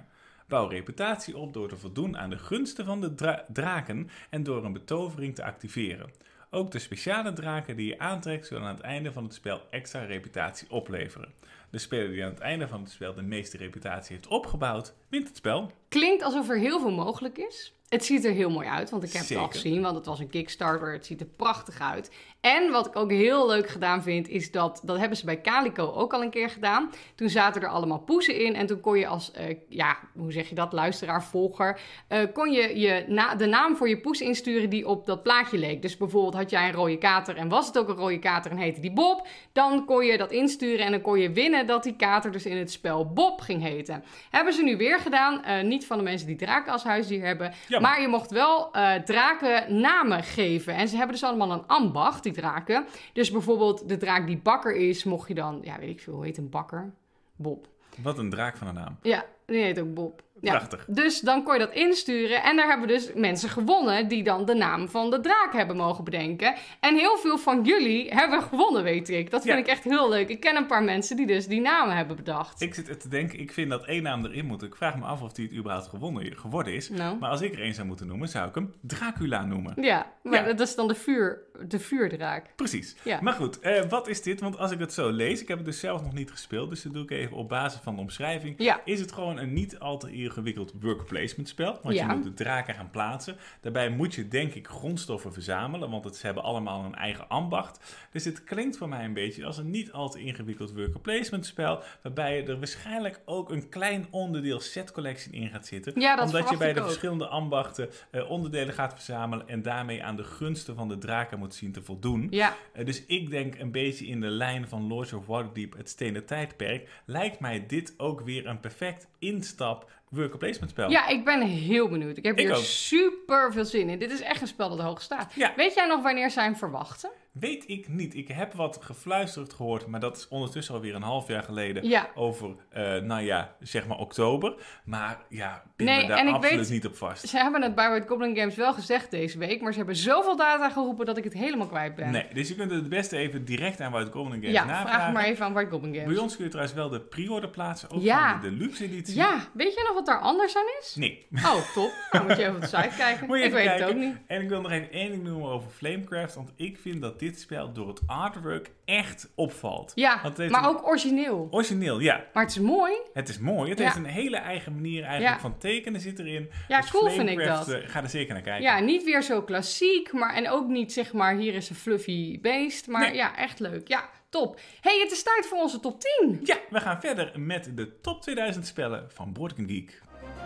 Bouw reputatie op door te voldoen aan de gunsten van de dra- draken en door een betovering te activeren. Ook de speciale draken die je aantrekt zullen aan het einde van het spel extra reputatie opleveren. De speler die aan het einde van het spel de meeste reputatie heeft opgebouwd, wint het spel. Klinkt alsof er heel veel mogelijk is. Het ziet er heel mooi uit, want ik heb Zeker. het al gezien, want het was een Kickstarter. Het ziet er prachtig uit. En wat ik ook heel leuk gedaan vind, is dat, dat hebben ze bij Calico ook al een keer gedaan. Toen zaten er allemaal poezen in en toen kon je als, uh, ja, hoe zeg je dat, luisteraar, volger, uh, kon je, je na, de naam voor je poes insturen die op dat plaatje leek. Dus bijvoorbeeld had jij een rode kater en was het ook een rode kater en heette die Bob, dan kon je dat insturen en dan kon je winnen dat die kater dus in het spel Bob ging heten. Hebben ze nu weer gedaan, uh, niet van de mensen die draken als huisdier hebben, ja. Maar je mocht wel uh, draken namen geven. En ze hebben dus allemaal een ambacht, die draken. Dus bijvoorbeeld de draak die bakker is, mocht je dan, ja weet ik veel, hoe heet een bakker? Bob. Wat een draak van een naam. Ja, die heet ook Bob. Ja. Prachtig. Dus dan kon je dat insturen. En daar hebben dus mensen gewonnen die dan de naam van de draak hebben mogen bedenken. En heel veel van jullie hebben gewonnen, weet ik. Dat vind ja. ik echt heel leuk. Ik ken een paar mensen die dus die namen hebben bedacht. Ik zit te denken, ik vind dat één naam erin moet. Ik vraag me af of die het überhaupt gewonnen, geworden is. No. Maar als ik er één zou moeten noemen, zou ik hem Dracula noemen. Ja, maar ja. dat is dan de, vuur, de vuurdraak. Precies. Ja. Maar goed, uh, wat is dit? Want als ik het zo lees, ik heb het dus zelf nog niet gespeeld. Dus dat doe ik even op basis van de omschrijving. Ja. Is het gewoon een niet al te ingewikkeld work placement spel, want ja. je moet de draken gaan plaatsen. Daarbij moet je denk ik grondstoffen verzamelen, want het, ze hebben allemaal een eigen ambacht. Dus het klinkt voor mij een beetje als een niet al te ingewikkeld work placement spel, waarbij je er waarschijnlijk ook een klein onderdeel set collection in gaat zitten. Ja, dat omdat je bij de ook. verschillende ambachten uh, onderdelen gaat verzamelen en daarmee aan de gunsten van de draken moet zien te voldoen. Ja. Uh, dus ik denk een beetje in de lijn van Lords of Waterdeep, het stenen tijdperk, lijkt mij dit ook weer een perfect instap worker placement spel. Ja, ik ben heel benieuwd. Ik heb ik hier ook. super veel zin in. Dit is echt een spel dat hoog staat. Ja. Weet jij nog wanneer zij hem verwachten? Weet ik niet. Ik heb wat gefluisterd gehoord, maar dat is ondertussen alweer een half jaar geleden. Ja. Over, uh, nou ja, zeg maar oktober. Maar ja, pin nee, me daar en ik absoluut weet, niet op vast. Ze hebben het bij White Goblin Games wel gezegd deze week, maar ze hebben zoveel data geroepen dat ik het helemaal kwijt ben. Nee, dus je kunt het beste even direct aan White Goblin Games ja, navragen. Ja, vraag maar even aan White Goblin Games. Bij ons kun je trouwens wel de pre-order plaatsen, ook ja. van de deluxe editie. Ja, weet je nog wat daar anders aan is? Nee. Oh, top. Dan moet je even op de site kijken. Moet je ik even weet kijken. het ook niet. En ik wil nog even één ding noemen over Flamecraft, want ik vind dat dit spel door het artwork echt opvalt. Ja, Want het heeft maar een... ook origineel. Origineel, ja. Maar het is mooi. Het is mooi. Het ja. heeft een hele eigen manier eigenlijk ja. van tekenen zit erin. Ja, dus cool vind ik Flamecraft, dat. Uh, ga er zeker naar kijken. Ja, niet weer zo klassiek, maar en ook niet zeg maar hier is een fluffy beest. Maar nee. ja, echt leuk. Ja, top. Hey, het is tijd voor onze top tien. Ja, we gaan verder met de top tweeduizend spellen van Board Game Geek.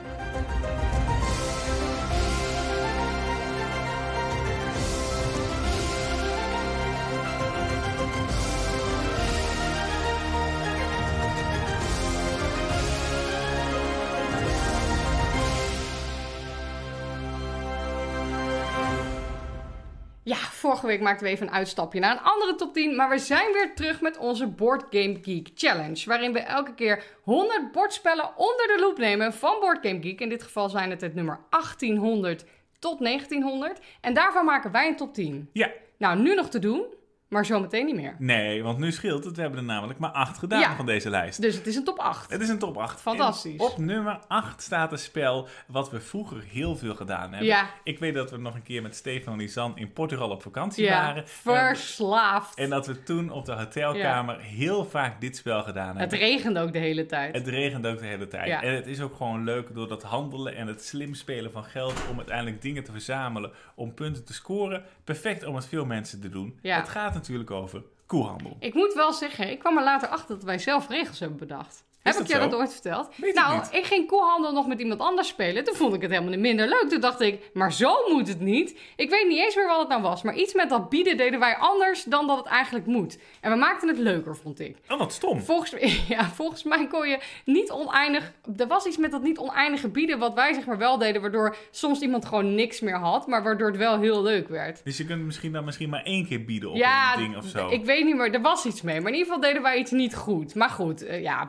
Ja, vorige week maakten we even een uitstapje naar een andere top tien. Maar we zijn weer terug met onze Board Game Geek Challenge. Waarin we elke keer honderd bordspellen onder de loep nemen van Board Game Geek. In dit geval zijn het het nummer achttienhonderd tot negentienhonderd. En daarvan maken wij een top tien. Ja. Nou, nu nog te doen, maar zometeen niet meer. Nee, want nu scheelt het. We hebben er namelijk maar acht gedaan ja, van deze lijst. Dus het is een top acht. Het is een top acht. Fantastisch. En op nummer acht staat een spel wat we vroeger heel veel gedaan hebben. Ja. Ik weet dat we nog een keer met Stefan en Lisanne in Portugal op vakantie ja, waren. verslaafd. En, en dat we toen op de hotelkamer ja. heel vaak dit spel gedaan hebben. Het regende ook de hele tijd. Het regende ook de hele tijd. Ja. En het is ook gewoon leuk door dat handelen en het slim spelen van geld om uiteindelijk dingen te verzamelen, om punten te scoren. Perfect om het veel mensen te doen. Ja. Het gaat natuurlijk over koehandel. Ik moet wel zeggen, ik kwam er later achter dat wij zelf regels hebben bedacht. Is Heb ik je dat ooit verteld? Weet nou, ik, ik ging koehandel nog met iemand anders spelen. Toen vond ik het helemaal minder leuk. Toen dacht ik, maar zo moet het niet. Ik weet niet eens meer wat het nou was. Maar iets met dat bieden deden wij anders dan dat het eigenlijk moet. En we maakten het leuker, vond ik. Oh, wat stom. Volgens, ja, volgens mij kon je niet oneindig... Er was iets met dat niet oneindige bieden wat wij zeg maar wel deden. Waardoor soms iemand gewoon niks meer had. Maar waardoor het wel heel leuk werd. Dus je kunt misschien dan misschien maar één keer bieden op ja, een ding of zo. Ik weet niet meer. Er was iets mee. Maar in ieder geval deden wij iets niet goed. Maar goed, uh, ja, maar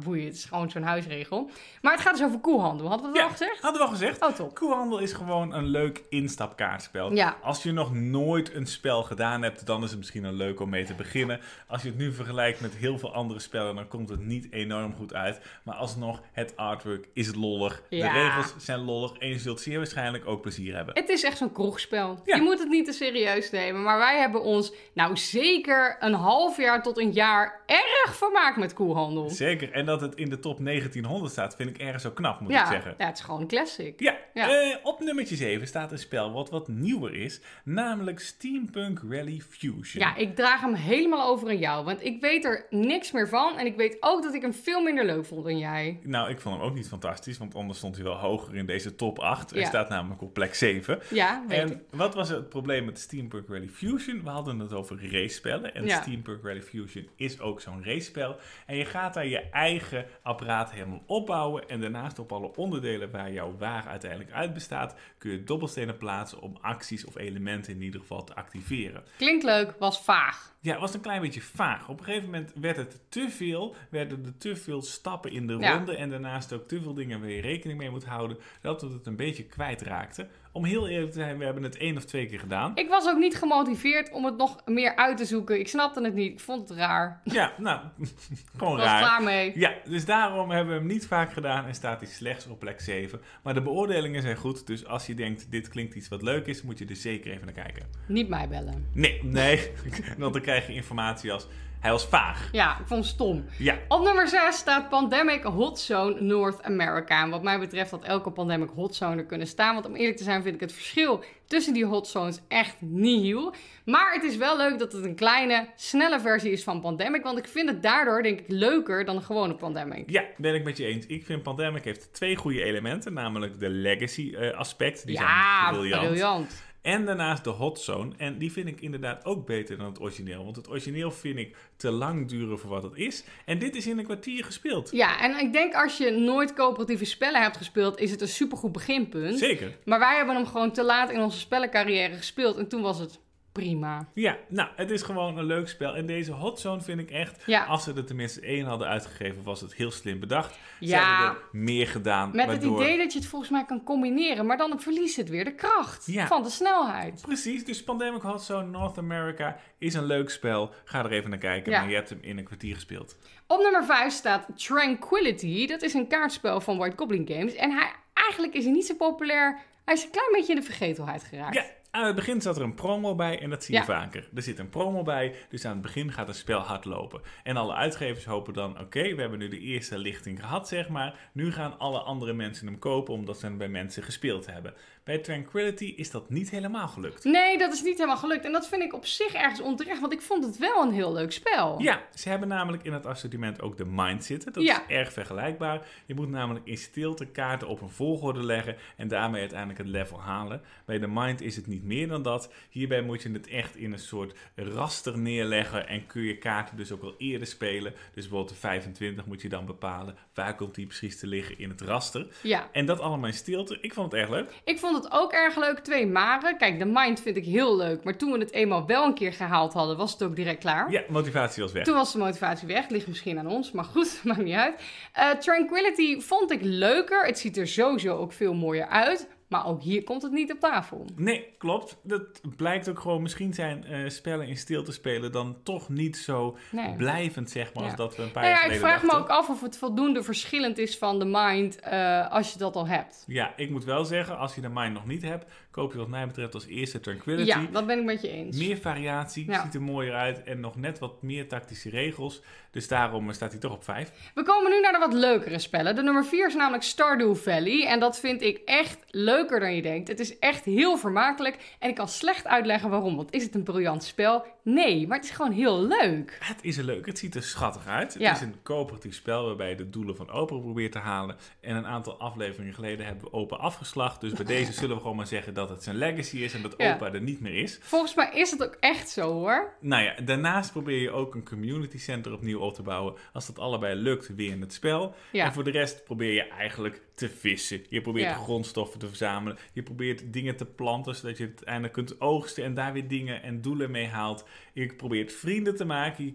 boeien, het is gewoon zo'n huisregel. Maar het gaat dus over koehandel. Hadden we dat Ja, al gezegd? hadden we al gezegd. Oh, top. Koehandel is gewoon een leuk instapkaartspel. Ja. Als je nog nooit een spel gedaan hebt, dan is het misschien een leuk om mee te beginnen. Als je het nu vergelijkt met heel veel andere spellen, dan komt het niet enorm goed uit. Maar alsnog, het artwork is lollig. Ja. De regels zijn lollig en je zult zeer waarschijnlijk ook plezier hebben. Het is echt zo'n kroegspel. Ja. Je moet het niet te serieus nemen. Maar wij hebben ons nou zeker een half jaar tot een jaar erg vermaakt met koehandel. Zeker, en dat het in de top negentienhonderd staat, vind ik erg zo knap, moet Ja, ik zeggen. ja, het is gewoon een classic. Ja, Ja. eh, op nummertje zeven staat een spel wat wat nieuwer is, namelijk Steampunk Rally Fusion. Ja, ik draag hem helemaal over aan jou. Want ik weet er niks meer van. En ik weet ook dat ik hem veel minder leuk vond dan jij. Nou, ik vond hem ook niet fantastisch, want anders stond hij wel hoger in deze top acht. Hij Ja. staat namelijk op plek zeven. Ja, weet ik. En wat was het probleem met Steampunk Rally Fusion? We hadden het over racespellen. En Ja. Steampunk Rally Fusion is ook zo'n racespel. En je gaat daar je eigen apparaat helemaal opbouwen. En daarnaast op alle onderdelen waar jouw wagen uiteindelijk uit bestaat, kun je dobbelstenen plaatsen om acties of elementen in ieder geval te activeren. Klinkt leuk, was vaag. Ja, het was een klein beetje vaag. Op een gegeven moment werd het te veel, werden er te veel stappen in de Ja. ronde en daarnaast ook te veel dingen waar je rekening mee moet houden, dat we het een beetje kwijtraakten. Om heel eerlijk te zijn, we hebben het één of twee keer gedaan. Ik was ook niet gemotiveerd om het nog meer uit te zoeken. Ik snapte het niet. Ik vond het raar. Ja, nou, gewoon Ik was raar. klaar mee. Ja, dus daarom hebben we hem niet vaak gedaan en staat hij slechts op plek zeven. Maar de beoordelingen zijn goed, dus als je denkt dit klinkt iets wat leuk is, moet je er zeker even naar kijken. Niet mij bellen. Nee, nee, want dan krijg je informatie als hij was vaag. Ja, ik vond het stom. Ja, Op nummer zes staat Pandemic Hot Zone North America. En wat mij betreft had elke Pandemic Hot Zone er kunnen staan. Want om eerlijk te zijn vind ik het verschil tussen die hot zones echt nihil. Maar het is wel leuk dat het een kleine, snelle versie is van Pandemic. Want ik vind het daardoor denk ik leuker dan een gewone Pandemic. ja, ben ik met je eens. Ik vind Pandemic heeft twee goede elementen, namelijk de legacy eh, aspect. Die Ja, zijn briljant. briljant. En daarnaast de hot zone. En die vind ik inderdaad ook beter dan het origineel. Want het origineel vind ik te lang duren voor wat het is. En dit is in een kwartier gespeeld. Ja, en ik denk als je nooit coöperatieve spellen hebt gespeeld, is het een supergoed beginpunt. Zeker. Maar wij hebben hem gewoon te laat in onze spellencarrière gespeeld. En toen was het prima. Ja, nou, het is gewoon een leuk spel. En deze hot zone vind ik echt, Ja. als ze er tenminste één hadden uitgegeven, was het heel slim bedacht. Ze Ja. hebben er meer gedaan. Met waardoor... het idee dat je het volgens mij kan combineren. Maar dan verliest het weer de kracht Ja. van de snelheid. Precies, dus Pandemic Hot Zone North America is een leuk spel. Ga er even naar kijken, Ja. maar je hebt hem in een kwartier gespeeld. Op nummer vijf staat Tranquility. Dat is een kaartspel van White Goblin Games. En hij, eigenlijk is hij niet zo populair. Hij is een klein beetje in de vergetelheid geraakt. Ja, aan het begin zat er een promo bij en dat zie je Ja. vaker. Er zit een promo bij, dus aan het begin gaat het spel hard lopen. En alle uitgevers hopen dan, oké, we hebben nu de eerste lichting gehad, zeg maar. Nu gaan alle andere mensen hem kopen, omdat ze hem bij mensen gespeeld hebben. Bij Tranquility is dat niet helemaal gelukt. Nee, dat is niet helemaal gelukt. En dat vind ik op zich ergens onterecht. Want ik vond het wel een heel leuk spel. Ja, ze hebben namelijk in het assortiment ook de Mind zitten. Dat Ja. is erg vergelijkbaar. Je moet namelijk in stilte kaarten op een volgorde leggen en daarmee uiteindelijk het level halen. Bij de Mind is het niet meer dan dat. Hierbij moet je het echt in een soort raster neerleggen en kun je kaarten dus ook al eerder spelen. Dus bijvoorbeeld de vijfentwintig moet je dan bepalen waar komt die precies te liggen in het raster. Ja. En dat allemaal in stilte. Ik vond het erg leuk. Ik vond het ook erg leuk. Twee maren. Kijk, de Mind vind ik heel leuk. Maar toen we het eenmaal wel een keer gehaald hadden, was het ook direct klaar. Ja, motivatie was weg. Toen was de motivatie weg. Ligt misschien aan ons, maar goed, maakt niet uit. Eh, Tranquility vond ik leuker. Het ziet er sowieso ook veel mooier uit. Maar ook hier komt het niet op tafel. Nee, klopt. Dat blijkt ook gewoon. Misschien zijn eh, spellen in stilte spelen dan toch niet zo Nee. blijvend, zeg maar, Ja. als dat we een paar Nou jaar ja, ik geleden vraag me dachten. ook af of het voldoende verschillend is van de Mind eh, als je dat al hebt. Ja, ik moet wel zeggen, als je de Mind nog niet hebt, koop je wat mij betreft als eerste Tranquility. Ja, dat ben ik met je eens. Meer variatie, Ja. ziet er mooier uit en nog net wat meer tactische regels. Dus daarom staat hij toch op vijf. We komen nu naar de wat leukere spellen. De nummer vier is namelijk Stardew Valley. En dat vind ik echt leuker dan je denkt. Het is echt heel vermakelijk. En ik kan slecht uitleggen waarom. Want is het een briljant spel? Nee, maar het is gewoon heel leuk. Het is een leuk, het ziet er schattig uit. Het Ja. is een coöperatief spel waarbij je de doelen van Open probeert te halen. En een aantal afleveringen geleden hebben we Open afgeslacht. Dus bij deze zullen we gewoon maar zeggen dat het zijn legacy is en dat Ja. Opa er niet meer is. Volgens mij is het ook echt zo hoor. Nou ja, daarnaast probeer je ook een community center opnieuw op te bouwen. Als dat allebei lukt, weer in het spel. Ja. En voor de rest probeer je eigenlijk te vissen. Je probeert Ja. grondstoffen te verzamelen. Je probeert dingen te planten, zodat je het uiteindelijk kunt oogsten en daar weer dingen en doelen mee haalt. Je probeert vrienden te maken. Je kunt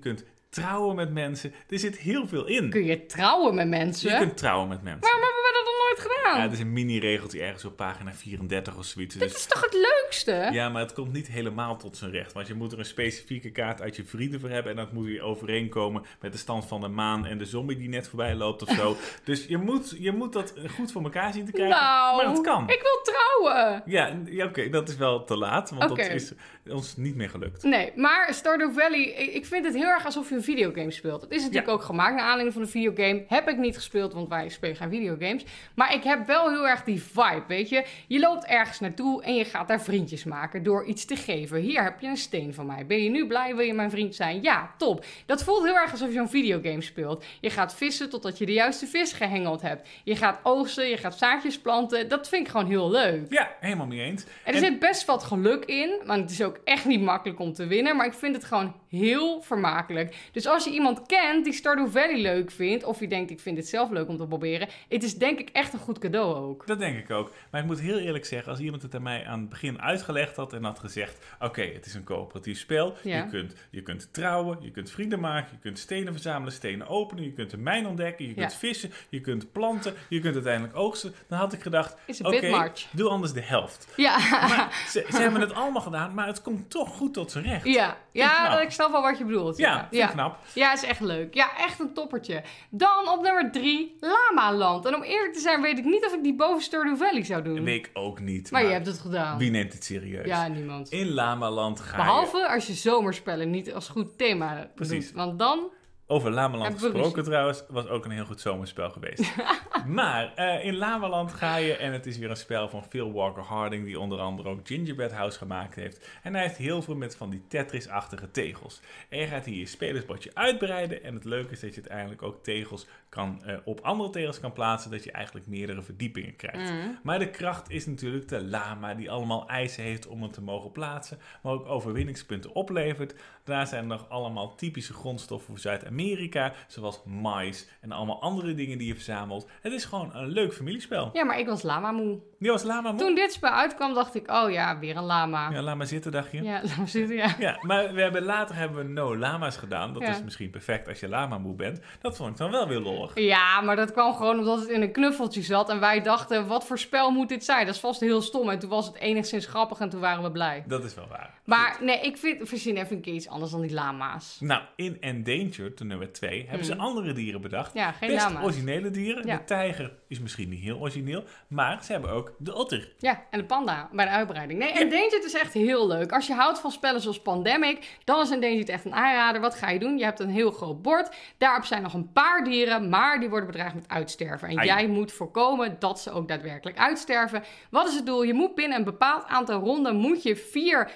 trouwen met mensen. Er zit heel veel in. Kun je trouwen met mensen? Je kunt trouwen met mensen. Waarom hebben we dat nog nooit gedaan? Ja, het is een mini-regeltje ergens op pagina vierendertig of zoiets. Dit Dus... is toch het leukste? Ja, maar het komt niet helemaal tot zijn recht. Want je moet er een specifieke kaart uit je vrienden voor hebben. En dat moet weer overeenkomen met de stand van de maan en de zombie die net voorbij loopt of zo. Dus je moet, je moet dat goed voor elkaar zien te krijgen. Nou, maar het kan. ik wil trouwen. Ja, ja oké, dat is wel te laat. Want Oké. dat is ons niet meer gelukt. Nee, maar Stardew Valley, ik, ik vind het heel erg alsof je een videogame speelt. Het is natuurlijk Ja. ook gemaakt naar aanleiding van een videogame. Heb ik niet gespeeld, want wij spelen geen videogames. Maar ik heb wel heel erg die vibe, weet je. Je loopt ergens naartoe en je gaat daar vriendjes maken door iets te geven. Hier heb je een steen van mij. Ben je nu blij? Wil je mijn vriend zijn? Ja, top. Dat voelt heel erg alsof je zo'n videogame speelt. Je gaat vissen totdat je de juiste vis gehengeld hebt. Je gaat oogsten, je gaat zaadjes planten. Dat vind ik gewoon heel leuk. Ja, helemaal mee eens. En er zit best wat geluk in, want het is ook echt niet makkelijk om te winnen, maar ik vind het gewoon heel vermakelijk. Dus als je iemand kent die Stardew Valley leuk vindt, of je denkt ik vind het zelf leuk om te proberen, het is denk ik echt een goed cadeau ook. Dat denk ik ook. Maar ik moet heel eerlijk zeggen, als iemand het aan mij aan het begin uitgelegd had en had gezegd, oké, okay, het is een coöperatief spel. Ja. Je kunt, je kunt trouwen, je kunt vrienden maken, je kunt stenen verzamelen, stenen openen, je kunt een mijn ontdekken, je kunt Ja. vissen, je kunt planten, je kunt uiteindelijk oogsten. Dan had ik gedacht, Is een oké, bit much. doe anders de helft. Ja, Maar ze, ze hebben het allemaal gedaan, maar het komt toch goed tot zijn recht. ja. ja knap. ik snap wel wat je bedoelt. Ja, Ja, vind ik knap. Ja, is echt leuk. Ja, echt een toppertje. Dan op nummer drie, Lama Land. En om eerlijk te zijn weet ik niet of ik die boven Stardew Valley zou doen. Weet ik ook niet. Maar je hebt het gedaan. Wie neemt het serieus? Ja, niemand. In Lamaland ga je... Behalve als je zomerspellen niet als goed thema Precies. doet. Want dan... Over Lamaland Hebben we gesproken ruzie. trouwens, was ook een heel goed zomerspel geweest. Maar uh, in Lamaland ga je, en het is weer een spel van Phil Walker Harding, die onder andere ook Gingerbread House gemaakt heeft. En hij heeft heel veel met van die Tetris-achtige tegels. En je gaat hier je spelersbordje uitbreiden. En het leuke is dat je uiteindelijk ook tegels kan, uh, op andere tegels kan plaatsen, dat je eigenlijk meerdere verdiepingen krijgt. Mm. Maar de kracht is natuurlijk de lama, die allemaal eisen heeft om het te mogen plaatsen, maar ook overwinningspunten oplevert. Daar zijn nog allemaal typische grondstoffen voor Zuid-Amerika, zoals mais en allemaal andere dingen die je verzamelt. Het is gewoon een leuk familiespel. Ja, maar ik was lama moe. Die was lama moe. Toen dit spel uitkwam, dacht ik, oh ja, weer een lama. Ja, laat maar zitten, dacht je. Ja, laat maar zitten, ja. Ja, maar we hebben, later hebben we no lama's gedaan. Dat Ja. is misschien perfect als je lama moe bent. Dat vond ik dan wel weer lollig. Ja, maar dat kwam gewoon omdat het in een knuffeltje zat. En wij dachten, wat voor spel moet dit zijn? Dat is vast heel stom. En toen was het enigszins grappig en toen waren we blij. Dat is wel waar. Maar nee, ik vind, verzin even een keer iets anders dan die lama's. Nou, in Endangered, de nummer twee, hebben ze Mm. andere dieren bedacht. Ja, geen Best lama's. originele dieren. Ja. De tijger is misschien niet heel origineel, maar ze hebben ook de otter. Ja, en de panda bij de uitbreiding. Nee, Endangered is echt heel leuk. Als je houdt van spellen zoals Pandemic, dan is Endangered echt een aanrader. Wat ga je doen? Je hebt een heel groot bord. Daarop zijn nog een paar dieren, maar die worden bedreigd met uitsterven. En Ai. jij moet voorkomen dat ze ook daadwerkelijk uitsterven. Wat is het doel? Je moet binnen een bepaald aantal ronden moet je vier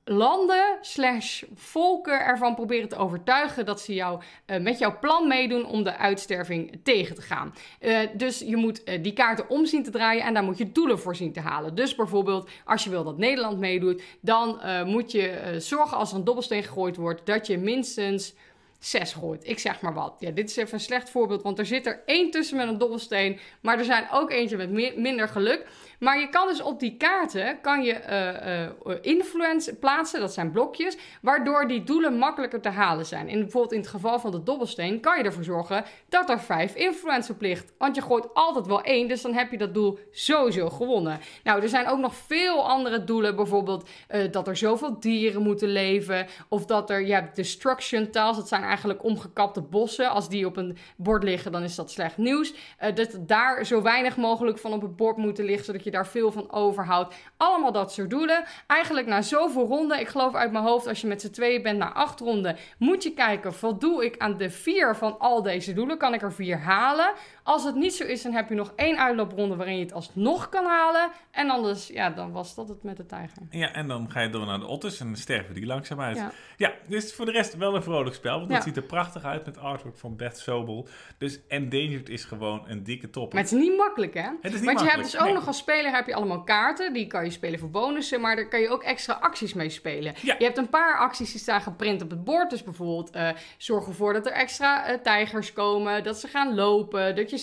landen slash volken ervan proberen te overtuigen dat ze jou, uh, met jouw plan meedoen om de uitsterving tegen te gaan. Uh, dus je moet uh, die kaarten om zien te draaien en daar moet je doelen voor zien te halen. Dus bijvoorbeeld als je wil dat Nederland meedoet, dan uh, moet je uh, zorgen als er een dobbelsteen gegooid wordt dat je minstens zes gooit. Ik zeg maar wat. Ja, dit is even een slecht voorbeeld, want er zit er één tussen met een dobbelsteen, maar er zijn ook eentje met mi- minder geluk. Maar je kan dus op die kaarten kan je uh, uh, influence plaatsen, dat zijn blokjes, waardoor die doelen makkelijker te halen zijn. En bijvoorbeeld in het geval van de dobbelsteen kan je ervoor zorgen dat er vijf influence verplicht. Want je gooit altijd wel één, dus dan heb je dat doel sowieso gewonnen. Nou, er zijn ook nog veel andere doelen, bijvoorbeeld uh, dat er zoveel dieren moeten leven, of dat er, je hebt destruction tiles, dat zijn eigenlijk omgekapte bossen. Als die op een bord liggen, dan is dat slecht nieuws. Uh, dat daar zo weinig mogelijk van op het bord moeten liggen, zodat je daar veel van overhoudt. Allemaal dat soort doelen. Eigenlijk na zoveel ronden, ik geloof uit mijn hoofd, als je met z'n tweeën bent na acht ronden, moet je kijken, voldoe ik aan de vier van al deze doelen? Kan ik er vier halen? Als het niet zo is, dan heb je nog één uitloopronde waarin je het alsnog kan halen. En anders, ja, dan was dat het met de tijger. Ja, en dan ga je door naar de otters en dan sterven die langzaam uit. Ja. Ja, dus voor de rest wel een vrolijk spel, want Ja. het ziet er prachtig uit met artwork van Beth Sobel. Dus Endangered is gewoon een dikke top. Maar het is niet makkelijk, hè? Het is niet Want makkelijk, je hebt dus ook nee. nog als speler heb je allemaal kaarten. Die kan je spelen voor bonussen, maar daar kan je ook extra acties mee spelen. Ja. Je hebt een paar acties die staan geprint op het bord. Dus bijvoorbeeld uh, zorg ervoor dat er extra uh, tijgers komen, dat ze gaan lopen, dat je zo'n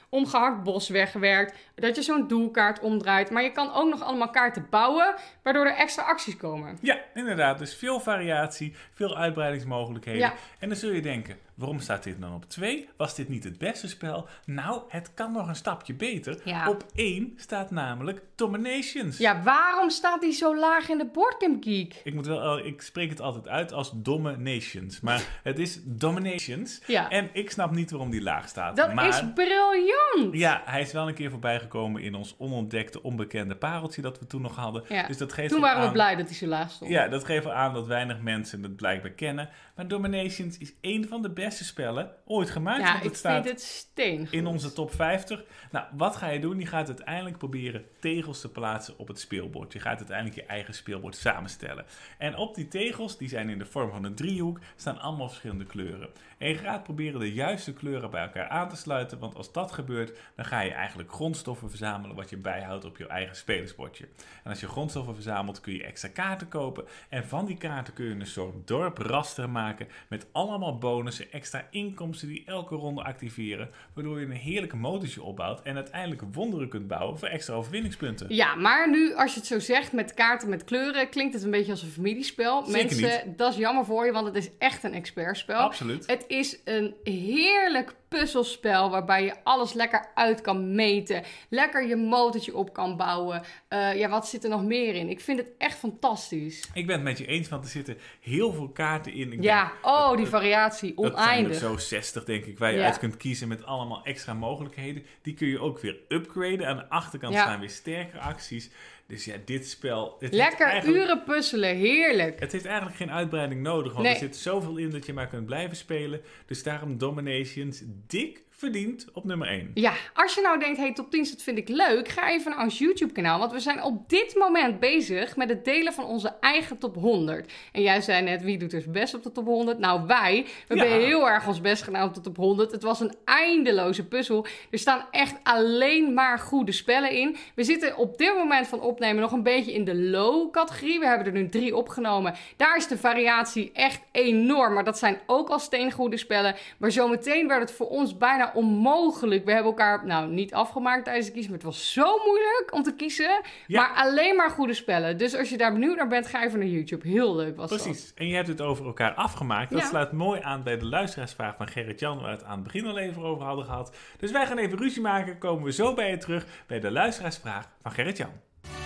omgehakt bos wegwerkt, dat je zo'n doelkaart omdraait. Maar je kan ook nog allemaal kaarten bouwen, waardoor er extra acties komen. Ja, inderdaad. Dus veel variatie, veel uitbreidingsmogelijkheden. Ja. En dan zul je denken, waarom staat dit dan op twee? Was dit niet het beste spel? Nou, het kan nog een stapje beter. Ja. Op één staat namelijk Dominations. Ja, waarom staat die zo laag in de Boardgame Geek? Ik moet wel, ik spreek het altijd uit als Dominations, maar het is Dominations. Ja. En ik snap niet waarom die laag staat. Dat maar, is briljant! Ja, hij is wel een keer voorbij gekomen in ons onontdekte, onbekende pareltje dat we toen nog hadden. Ja. Dus dat geeft Toen wel waren we aan, blij dat hij zo laag stond. Ja, dat geeft wel aan dat weinig mensen het blijkbaar kennen. Maar Dominations is één van de beste spellen ooit gemaakt. Ja, want het ik staat vind het steengoed. in onze top vijftig. Nou, wat ga je doen? Je gaat uiteindelijk proberen tegels te plaatsen op het speelbord. Je gaat uiteindelijk je eigen speelbord samenstellen. En op die tegels, die zijn in de vorm van een driehoek, staan allemaal verschillende kleuren. En je gaat proberen de juiste kleuren bij elkaar aan te sluiten. Want als dat gebeurt, dan ga je eigenlijk grondstoffen verzamelen wat je bijhoudt op je eigen spelersbordje. En als je grondstoffen verzamelt, kun je extra kaarten kopen. En van die kaarten kun je een soort dorpraster maken met allemaal bonussen, extra inkomsten die elke ronde activeren. Waardoor je een heerlijke motortje opbouwt en uiteindelijk wonderen kunt bouwen voor extra overwinningspunten. Ja, maar nu, als je het zo zegt, met kaarten met kleuren, klinkt het een beetje als een familiespel. Zeker Mensen, dat is jammer voor je, want het is echt een expertspel. Absoluut. Het is een heerlijk puzzelspel waarbij je alles lekker uit kan meten. Lekker je motortje op kan bouwen. Uh, ja, wat zit er nog meer in? Ik vind het echt fantastisch. Ik ben het met je eens, want er zitten heel veel kaarten in. Ik ja, denk, oh, dat, die variatie, dat oneindig. zijn er zo zestig, denk ik, waar je Ja. uit kunt kiezen met allemaal extra mogelijkheden. Die kun je ook weer upgraden. Aan de achterkant Ja. staan weer sterke acties. Dus ja, dit spel... Het heeft Lekker eigenlijk- uren puzzelen, heerlijk. Het heeft eigenlijk geen uitbreiding nodig, want Nee. er zit zoveel in dat je maar kunt blijven spelen. Dus daarom Dominations dik verdiend op nummer één. Ja, als je nou denkt, hey, top tien, dat vind ik leuk, ga even naar ons YouTube-kanaal. Want we zijn op dit moment bezig met het delen van onze eigen top honderd. En jij zei net, wie doet er best op de top honderd? Nou, wij. We Ja. hebben heel erg ons best gedaan op de top honderd. Het was een eindeloze puzzel. Er staan echt alleen maar goede spellen in. We zitten op dit moment van opnemen nog een beetje in de low-categorie. We hebben er nu drie opgenomen. Daar is de variatie echt enorm. Maar dat zijn ook al steengoede spellen. Maar zometeen werd het voor ons bijna onmogelijk. We hebben elkaar nou niet afgemaakt tijdens het kiezen, maar het was zo moeilijk om te kiezen. Ja. Maar alleen maar goede spellen. Dus als je daar benieuwd naar bent, ga even naar YouTube. Heel leuk was dat. Precies. En je hebt het over elkaar afgemaakt. Dat Ja. sluit mooi aan bij de luisteraarsvraag van Gerrit-Jan, waar we het aan het begin al even over hadden gehad. Dus wij gaan even ruzie maken. Komen we zo bij je terug bij de luisteraarsvraag van Gerrit-Jan.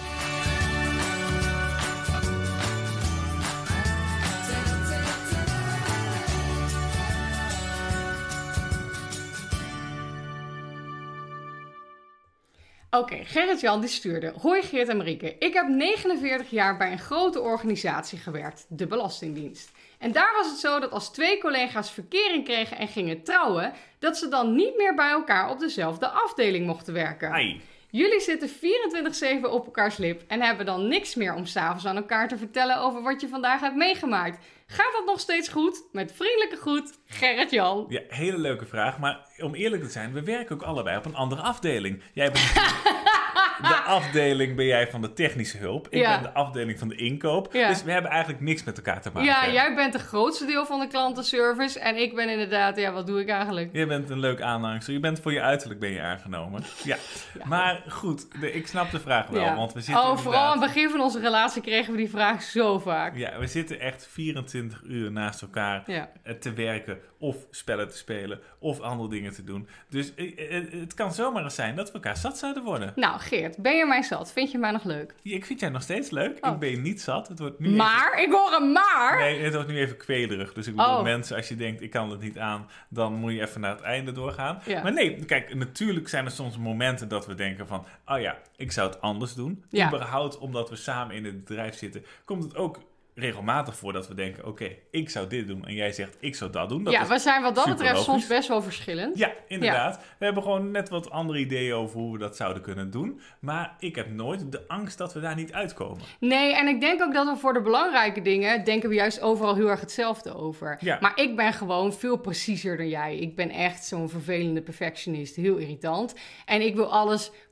Oké, Gerrit-Jan die stuurde. Hoi Geert en Marieke. Ik heb negenenveertig jaar bij een grote organisatie gewerkt, de Belastingdienst. En daar was het zo dat als twee collega's verkering kregen en gingen trouwen, dat ze dan niet meer bij elkaar op dezelfde afdeling mochten werken. Ai. Jullie zitten vierentwintig zeven op elkaars lip en hebben dan niks meer om s'avonds aan elkaar te vertellen over wat je vandaag hebt meegemaakt. Gaat dat nog steeds goed? Met vriendelijke groet, Gerrit-Jan. Ja, hele leuke vraag. Maar om eerlijk te zijn, we werken ook allebei op een andere afdeling. Jij bent de afdeling ben jij van de technische hulp. Ik Ja. ben de afdeling van de inkoop. Ja. Dus we hebben eigenlijk niks met elkaar te maken. Ja, jij bent het grootste deel van de klantenservice en ik ben inderdaad, ja, wat doe ik eigenlijk? Jij bent een leuk aanhangsel. Je bent voor je uiterlijk ben je aangenomen. Ja. Ja. Maar goed, de, ik snap de vraag wel. Ja. Want we zitten Oh, vooral inderdaad- aan het begin van onze relatie kregen we die vraag zo vaak. Ja, we zitten echt vierentwintig uur naast elkaar Ja. eh, te werken of spellen te spelen of andere dingen te doen. Dus eh, eh, het kan zomaar eens zijn dat we elkaar zat zouden worden. Nou, Geert, ben je mij zat? Vind je mij nog leuk? Ja, ik vind jij nog steeds leuk. Oh. Ik ben je niet zat. Het wordt nu Maar, ik hoor een maar! even, nee, het wordt nu even kwederig. Dus ik bedoel, Oh. mensen, als je denkt ik kan het niet aan, dan moet je even naar het einde doorgaan. Ja. Maar nee, kijk, natuurlijk zijn er soms momenten dat we denken van, oh ja, ik zou het anders doen. Ja. Überhaupt, omdat we samen in het bedrijf zitten, komt het ook regelmatig voor dat we denken, oké, ik zou dit doen en jij zegt, ik zou dat doen. Dat ja, is we zijn wat dat super betreft logisch. soms best wel verschillend. Ja, inderdaad. We hebben gewoon net wat andere ideeën over hoe we dat zouden kunnen doen. Maar ik heb nooit de angst dat we daar niet uitkomen. Nee, en ik denk ook dat we voor de belangrijke dingen denken we juist overal heel erg hetzelfde over. Ja. Maar ik ben gewoon veel preciezer dan jij. Ik ben echt zo'n vervelende perfectionist, heel irritant. En ik wil alles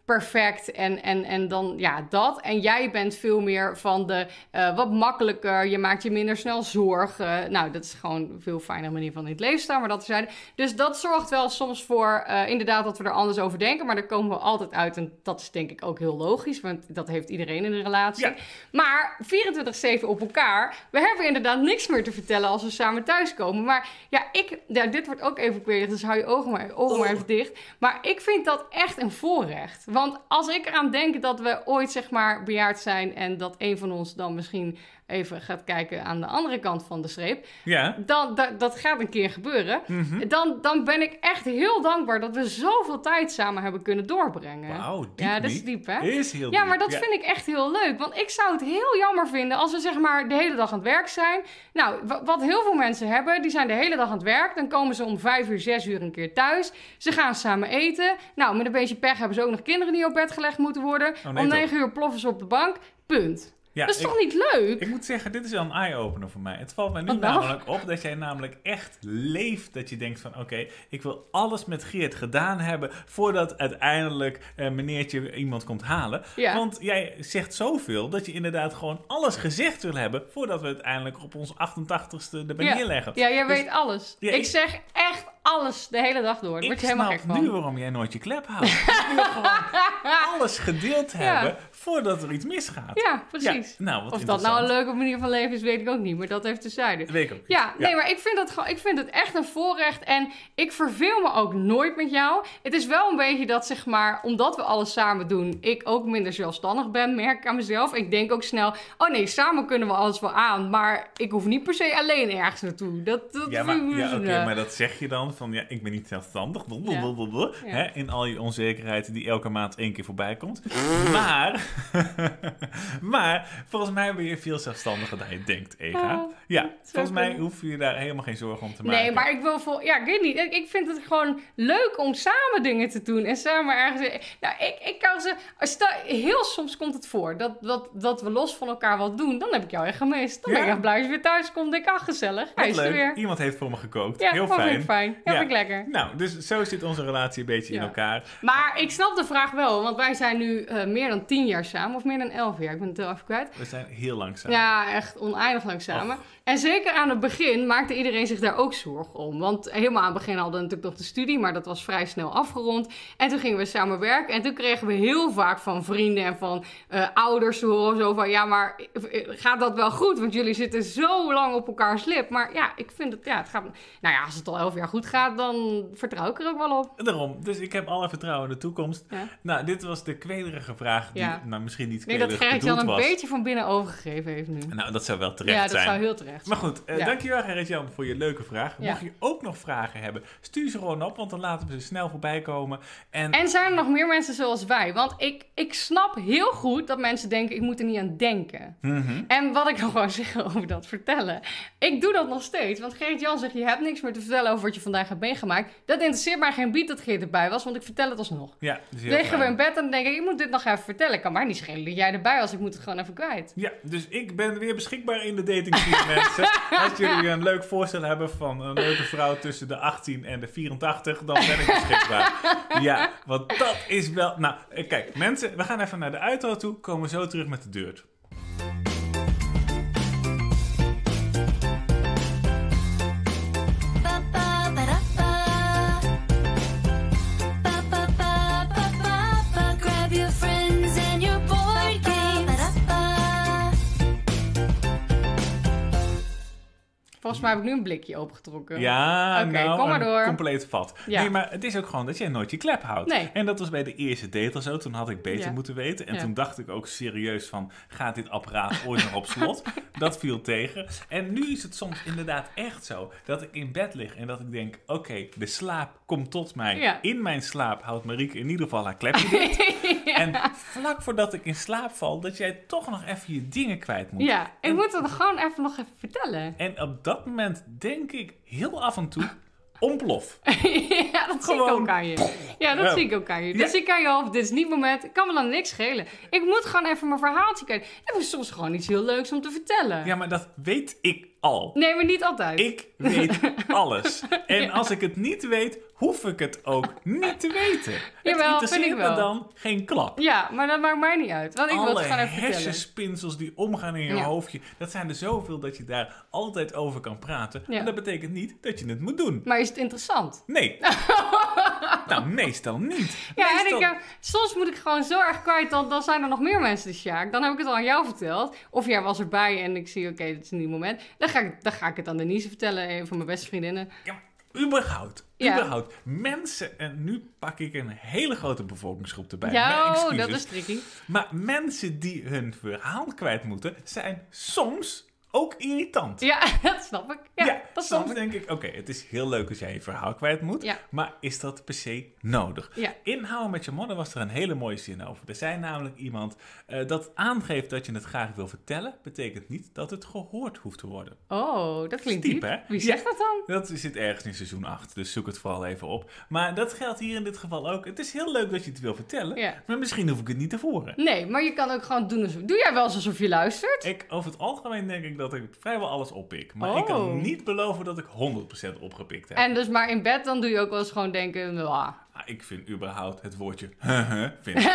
perfect en, en, en dan ja, dat. En jij bent veel meer van de uh, wat makkelijker. Je maakt je minder snel zorgen. Nou, dat is gewoon een veel fijnere manier van in het leven staan. Maar dat terzijde. Dus dat zorgt wel soms voor uh, inderdaad dat we er anders over denken. Maar daar komen we altijd uit. En dat is denk ik ook heel logisch. Want dat heeft iedereen in een relatie. Ja. Maar vierentwintig zeven op elkaar. We hebben inderdaad niks meer te vertellen als we samen thuiskomen. Maar ja, ik, ja dit wordt ook even kwerig. Dus hou je ogen maar, ogen oh. maar even dicht. Maar ik vind dat echt een voorrecht. Want als ik eraan denk dat we ooit zeg maar bejaard zijn en dat een van ons dan misschien even gaat kijken aan de andere kant van de streep. Ja. Dan, dat, dat gaat een keer gebeuren. Mm-hmm. Dan, dan ben ik echt heel dankbaar dat we zoveel tijd samen hebben kunnen doorbrengen. Wauw, diep. Ja, dat is diep, hè? Is heel ja, diep. maar dat ja. vind ik echt heel leuk. Want ik zou het heel jammer vinden als we zeg maar de hele dag aan het werk zijn. Nou, w- wat heel veel mensen hebben, die zijn de hele dag aan het werk. Dan komen ze om vijf uur, zes uur een keer thuis. Ze gaan samen eten. Nou, met een beetje pech hebben ze ook nog kinderen die op bed gelegd moeten worden. Oh, nee, om negen uur ploffen ze op de bank. Punt. Ja, dat is ik, toch niet leuk? Ik moet zeggen, dit is wel een eye-opener voor mij. Het valt mij nu Wat namelijk nou? op dat jij namelijk echt leeft. Dat je denkt van, oké, okay, ik wil alles met Geert gedaan hebben voordat uiteindelijk uh, meneertje iemand komt halen. Ja. Want jij zegt zoveel dat je inderdaad gewoon alles gezegd wil hebben voordat we uiteindelijk op ons achtentachtigste erbij ja. neerleggen. Ja, jij dus, weet alles. Ja, ik, ik zeg echt alles de hele dag door. Daar word je helemaal gek van. Ik snap nu waarom jij nooit je klep houdt. Je wil gewoon alles gedeeld hebben ja. voordat er iets misgaat. Ja, precies. Ja, nou, wat of dat nou een leuke manier van leven is, weet ik ook niet. Maar dat heeft terzijde. Dat weet ik ook ja, ja, nee, maar ik vind, dat gewoon, ik vind het echt een voorrecht. En ik verveel me ook nooit met jou. Het is wel een beetje dat, zeg maar, omdat we alles samen doen, ik ook minder zelfstandig ben, merk ik aan mezelf. Ik denk ook snel, oh nee, samen kunnen we alles wel aan. Maar ik hoef niet per se alleen ergens naartoe. Dat, dat ja, maar, ja oké, okay, maar dat zeg je dan van, ja, ik ben niet zelfstandig. Blablabla, ja. Hè, in al je onzekerheid die elke maand één keer voorbij komt. maar, maar, volgens mij ben je veel zelfstandiger dan je denkt, Ega. Oh, ja, volgens mij hoef je daar helemaal geen zorgen om te maken. Nee, maar ik wil vol... Ja, ik weet niet. Ik, ik vind het gewoon leuk om samen dingen te doen. En samen ergens... Nou, ik, ik kan ze... Stel, heel soms komt het voor dat, dat, dat we los van elkaar wat doen. Dan heb ik jou echt gemist. Dan ja? ben ik echt blij als je weer thuis komt. denk ik, ach, gezellig. Hij is er weer. Iemand heeft voor me gekookt. Ja, heel fijn. Vind ik fijn. Heel ja. vind ik lekker. Nou, dus zo zit onze relatie een beetje ja. in elkaar. Maar ik snap de vraag wel. Want wij zijn nu uh, meer dan tien jaar samen. Of meer dan elf jaar. Ik ben het wel even kwijt. We zijn heel lang samen. Ja, echt oneindig lang samen. Oh. En zeker aan het begin maakte iedereen zich daar ook zorgen om. Want helemaal aan het begin hadden we natuurlijk nog de studie, maar dat was vrij snel afgerond. En toen gingen we samen werken. En toen kregen we heel vaak van vrienden en van uh, ouders te horen zo van, ja, maar gaat dat wel goed? Want jullie zitten zo lang op elkaars lip. Maar ja, ik vind het, ja, het gaat... Nou ja, als het al elf jaar goed gaat, dan vertrouw ik er ook wel op. Daarom. Dus ik heb alle vertrouwen in de toekomst. Ja. Nou, dit was de kwederige vraag die, ja. nou, misschien niet kwederig bedoeld was. Ik denk dat Gerrit-Jan een beetje van binnen overgegeven heeft nu. Nou, dat zou wel terecht zijn. Ja, dat zijn. zou heel terecht Maar goed, uh, ja. dankjewel Gerrit-Jan voor je leuke vraag. Ja. Mocht je ook nog vragen hebben, stuur ze gewoon op, want dan laten we ze snel voorbij komen. En, en zijn er nog meer mensen zoals wij? Want ik, ik snap heel goed dat mensen denken, ik moet er niet aan denken. Mm-hmm. En wat ik nog wou zeggen over dat vertellen. Ik doe dat nog steeds, want Gerrit-Jan zegt, je hebt niks meer te vertellen over wat je vandaag hebt meegemaakt. Dat interesseert mij geen bied dat Geert erbij was, want ik vertel het alsnog. Ja, liggen we in bed en dan denk ik, ik moet dit nog even vertellen. Ik kan mij niet schelen dat jij erbij was, ik moet het gewoon even kwijt. Ja, dus ik ben weer beschikbaar in de dating scene, mensen. Als jullie een leuk voorstel hebben van een leuke vrouw tussen de achttien en de vierentachtig, dan ben ik beschikbaar. Ja, want dat is wel... Nou, kijk, mensen, we gaan even naar de uithaal toe, komen zo terug met de deur. Volgens mij heb ik nu een blikje opengetrokken. Ja, okay, nou, kom maar door. Een compleet vat. Ja. Nee, maar het is ook gewoon dat jij nooit je klep houdt. Nee. En dat was bij de eerste date al zo. Toen had ik beter ja. moeten weten. En ja. toen dacht ik ook serieus van, gaat dit apparaat ooit nog op slot? Dat viel tegen. En nu is het soms inderdaad echt zo dat ik in bed lig en dat ik denk, oké, okay, de slaap komt tot mij. Ja. In mijn slaap houdt Marieke in ieder geval haar klepje dicht. Ja. En vlak voordat ik in slaap val, dat jij toch nog even je dingen kwijt moet. Ja, ik en, moet het gewoon even nog even vertellen. En op dat moment denk ik heel af en toe, ontplof. Ja, dat gewoon... zie ik ook aan je. Ja, dat ja. zie ik ook aan je. Dus ja. ik kan je hoofd, dit is niet het moment, ik kan me dan niks schelen. Ik moet gewoon even mijn verhaaltje kijken. Ik heb soms gewoon iets heel leuks om te vertellen. Ja, maar dat weet ik al. Nee, maar niet altijd. Ik weet alles. En ja. als ik het niet weet, hoef ik het ook niet te weten. Jawel, het interesseert vind ik wel. me dan geen klap. Ja, maar dat maakt mij niet uit. Want ik Alle wil het gewoon even vertellen. hersenspinsels die omgaan in je Ja. hoofdje, dat zijn er zoveel dat je daar altijd over kan praten. Ja. Maar dat betekent niet dat je het moet doen. Maar is het interessant? Nee. Nou, meestal niet. Ja, meestal... en ik heb, soms moet ik gewoon zo erg kwijt, dan, dan zijn er nog meer mensen die Sjaak. Dan heb ik het al aan jou verteld. Of jij was erbij en ik zie, oké, okay, dit is een nieuw moment. Dan ga, ik, dan ga ik het aan Denise vertellen, een van mijn beste vriendinnen. Ja, maar überhaupt, Ja. überhaupt. Mensen, en nu pak ik een hele grote bevolkingsgroep erbij. Ja, Mijn oh, excuses. dat is tricky. Maar mensen die hun verhaal kwijt moeten, zijn soms ook irritant. Ja, dat snap ik. Ja, Ja, dat snap soms ik. denk ik, oké, okay, het is heel leuk als jij je verhaal kwijt moet, Ja. maar is dat per se nodig? Ja. In How I Met Your Mother was er een hele mooie zin over. Er zei namelijk iemand uh, dat aangeeft dat je het graag wil vertellen, betekent niet dat het gehoord hoeft te worden. Oh, dat klinkt Diep, diep. hè? Wie zegt dat dan? Dat zit ergens in seizoen acht, dus zoek het vooral even op. Maar dat geldt hier in dit geval ook. Het is heel leuk dat je het wil vertellen, Ja. maar misschien hoef ik het niet te voren. Nee, maar je kan ook gewoon doen alsof... Doe jij wel eens alsof je luistert? Ik, over het algemeen denk ik dat ik vrijwel alles oppik. Maar Oh. ik kan niet beloven dat ik honderd procent opgepikt heb. En dus maar in bed, dan doe je ook wel eens gewoon denken... "Mwah." Ah, ik vind überhaupt het woordje vind ik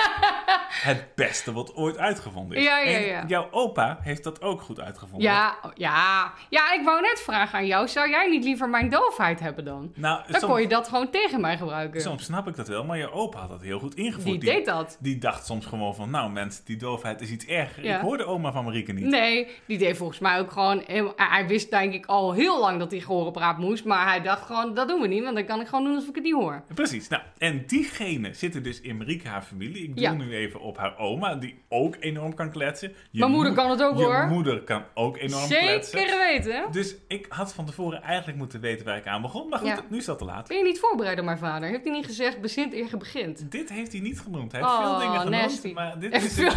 het beste wat ooit uitgevonden is. Ja, ja, En ja. jouw opa heeft dat ook goed uitgevonden. Ja, ja. Ja, ik wou net vragen aan jou. Zou jij niet liever mijn doofheid hebben dan? Nou, Dan soms, kon je dat gewoon tegen mij gebruiken. soms snap ik dat wel, maar je opa had dat heel goed ingevoerd. Die deed dat. Die dacht soms gewoon van, nou mensen, die doofheid is iets erger. Ja. Ik hoorde oma van Marieke niet. Nee, die deed volgens mij ook gewoon... Hij wist denk ik al heel lang dat hij gehoorpraat moest. Maar hij dacht gewoon, dat doen we niet. Want dan kan ik gewoon doen alsof ik het niet hoor. Precies. Nou, en diegene zitten dus in Marieke haar familie. Ik doe Ja. nu even op haar oma, die ook enorm kan kletsen. Je Mijn moeder kan het ook, je hoor. Je moeder kan ook enorm kletsen. Zeker weten. Dus ik had van tevoren eigenlijk moeten weten waar ik aan begon. Maar goed, Ja. nu is dat te laat. Ben je niet voorbereid op mijn vader? Heeft hij niet gezegd, bezint eer je begint? Dit heeft hij niet genoemd. Hij heeft Oh, veel dingen genoemd, nasty. maar dit Echt is, veel-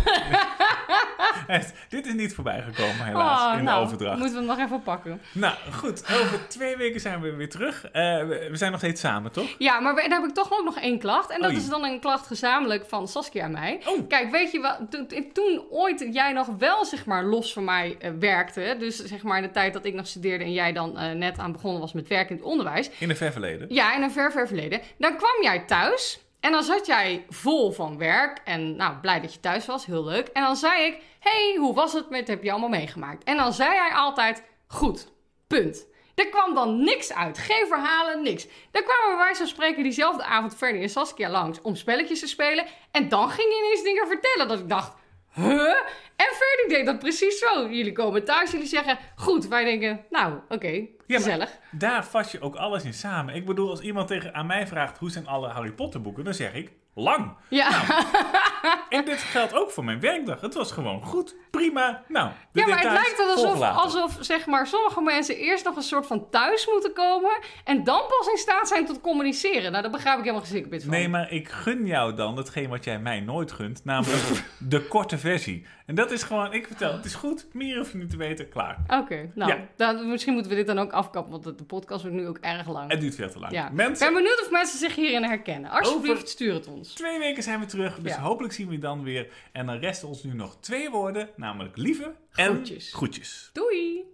Hij heeft- dit is niet voorbij gekomen helaas Oh, in de nou, overdracht. moeten we hem nog even pakken. Nou goed, over twee weken zijn we weer terug. Uh, we, we zijn nog steeds samen, toch? Ja, maar we- dan heb ik toch ook nog één klacht. En dat Oei. is dan een klacht gezamenlijk van Saskia en mij. Oh. Kijk, weet je wat? Toen, toen ooit jij nog wel, zeg maar, los van mij eh, werkte. Dus zeg maar in de tijd dat ik nog studeerde en jij dan eh, net aan begonnen was met werk in het onderwijs. In een ver verleden. Ja, in een ver, ver verleden. Dan kwam jij thuis en dan zat jij vol van werk. En nou, blij dat je thuis was, heel leuk. En dan zei ik, hey, hoe was het met, heb je allemaal meegemaakt? En dan zei hij altijd, goed, punt. Er kwam dan niks uit. Geen verhalen, niks. Dan kwamen bij wijze van spreken diezelfde avond Ferdy en Saskia langs om spelletjes te spelen. En dan ging je ineens dingen vertellen dat ik dacht, huh? En Ferdy deed dat precies zo. Jullie komen thuis, jullie zeggen, goed. Wij denken, nou, oké, okay, Ja, gezellig. maar daar vast je ook alles in samen. Ik bedoel, als iemand tegen aan mij vraagt hoe zijn alle Harry Potter boeken, dan zeg ik lang. Ja. Nou, en dit geldt ook voor mijn werkdag. Het was gewoon goed, prima. Nou, de Ja, maar het details lijkt wel alsof, volgen later. alsof zeg maar, sommige mensen eerst nog een soort van thuis moeten komen en dan pas in staat zijn tot communiceren. Nou, daar begrijp ik helemaal geen bit van. Nee, maar ik gun jou dan hetgeen wat jij mij nooit gunt, namelijk de korte versie. En dat is gewoon, ik vertel, het is goed, meer hoef je niet te weten, klaar. Oké, nou, Ja. dan, misschien moeten we dit dan ook afkappen, want de, de podcast wordt nu ook erg lang. Het duurt veel te lang. Ja. Ik Mensen, ben benieuwd of mensen zich hierin herkennen. Alsjeblieft, Over- stuur het ons. twee weken zijn we terug, dus Ja. hopelijk zien we je dan weer. En dan resten ons nu nog twee woorden, namelijk lieve en Groetjes. groetjes. Doei!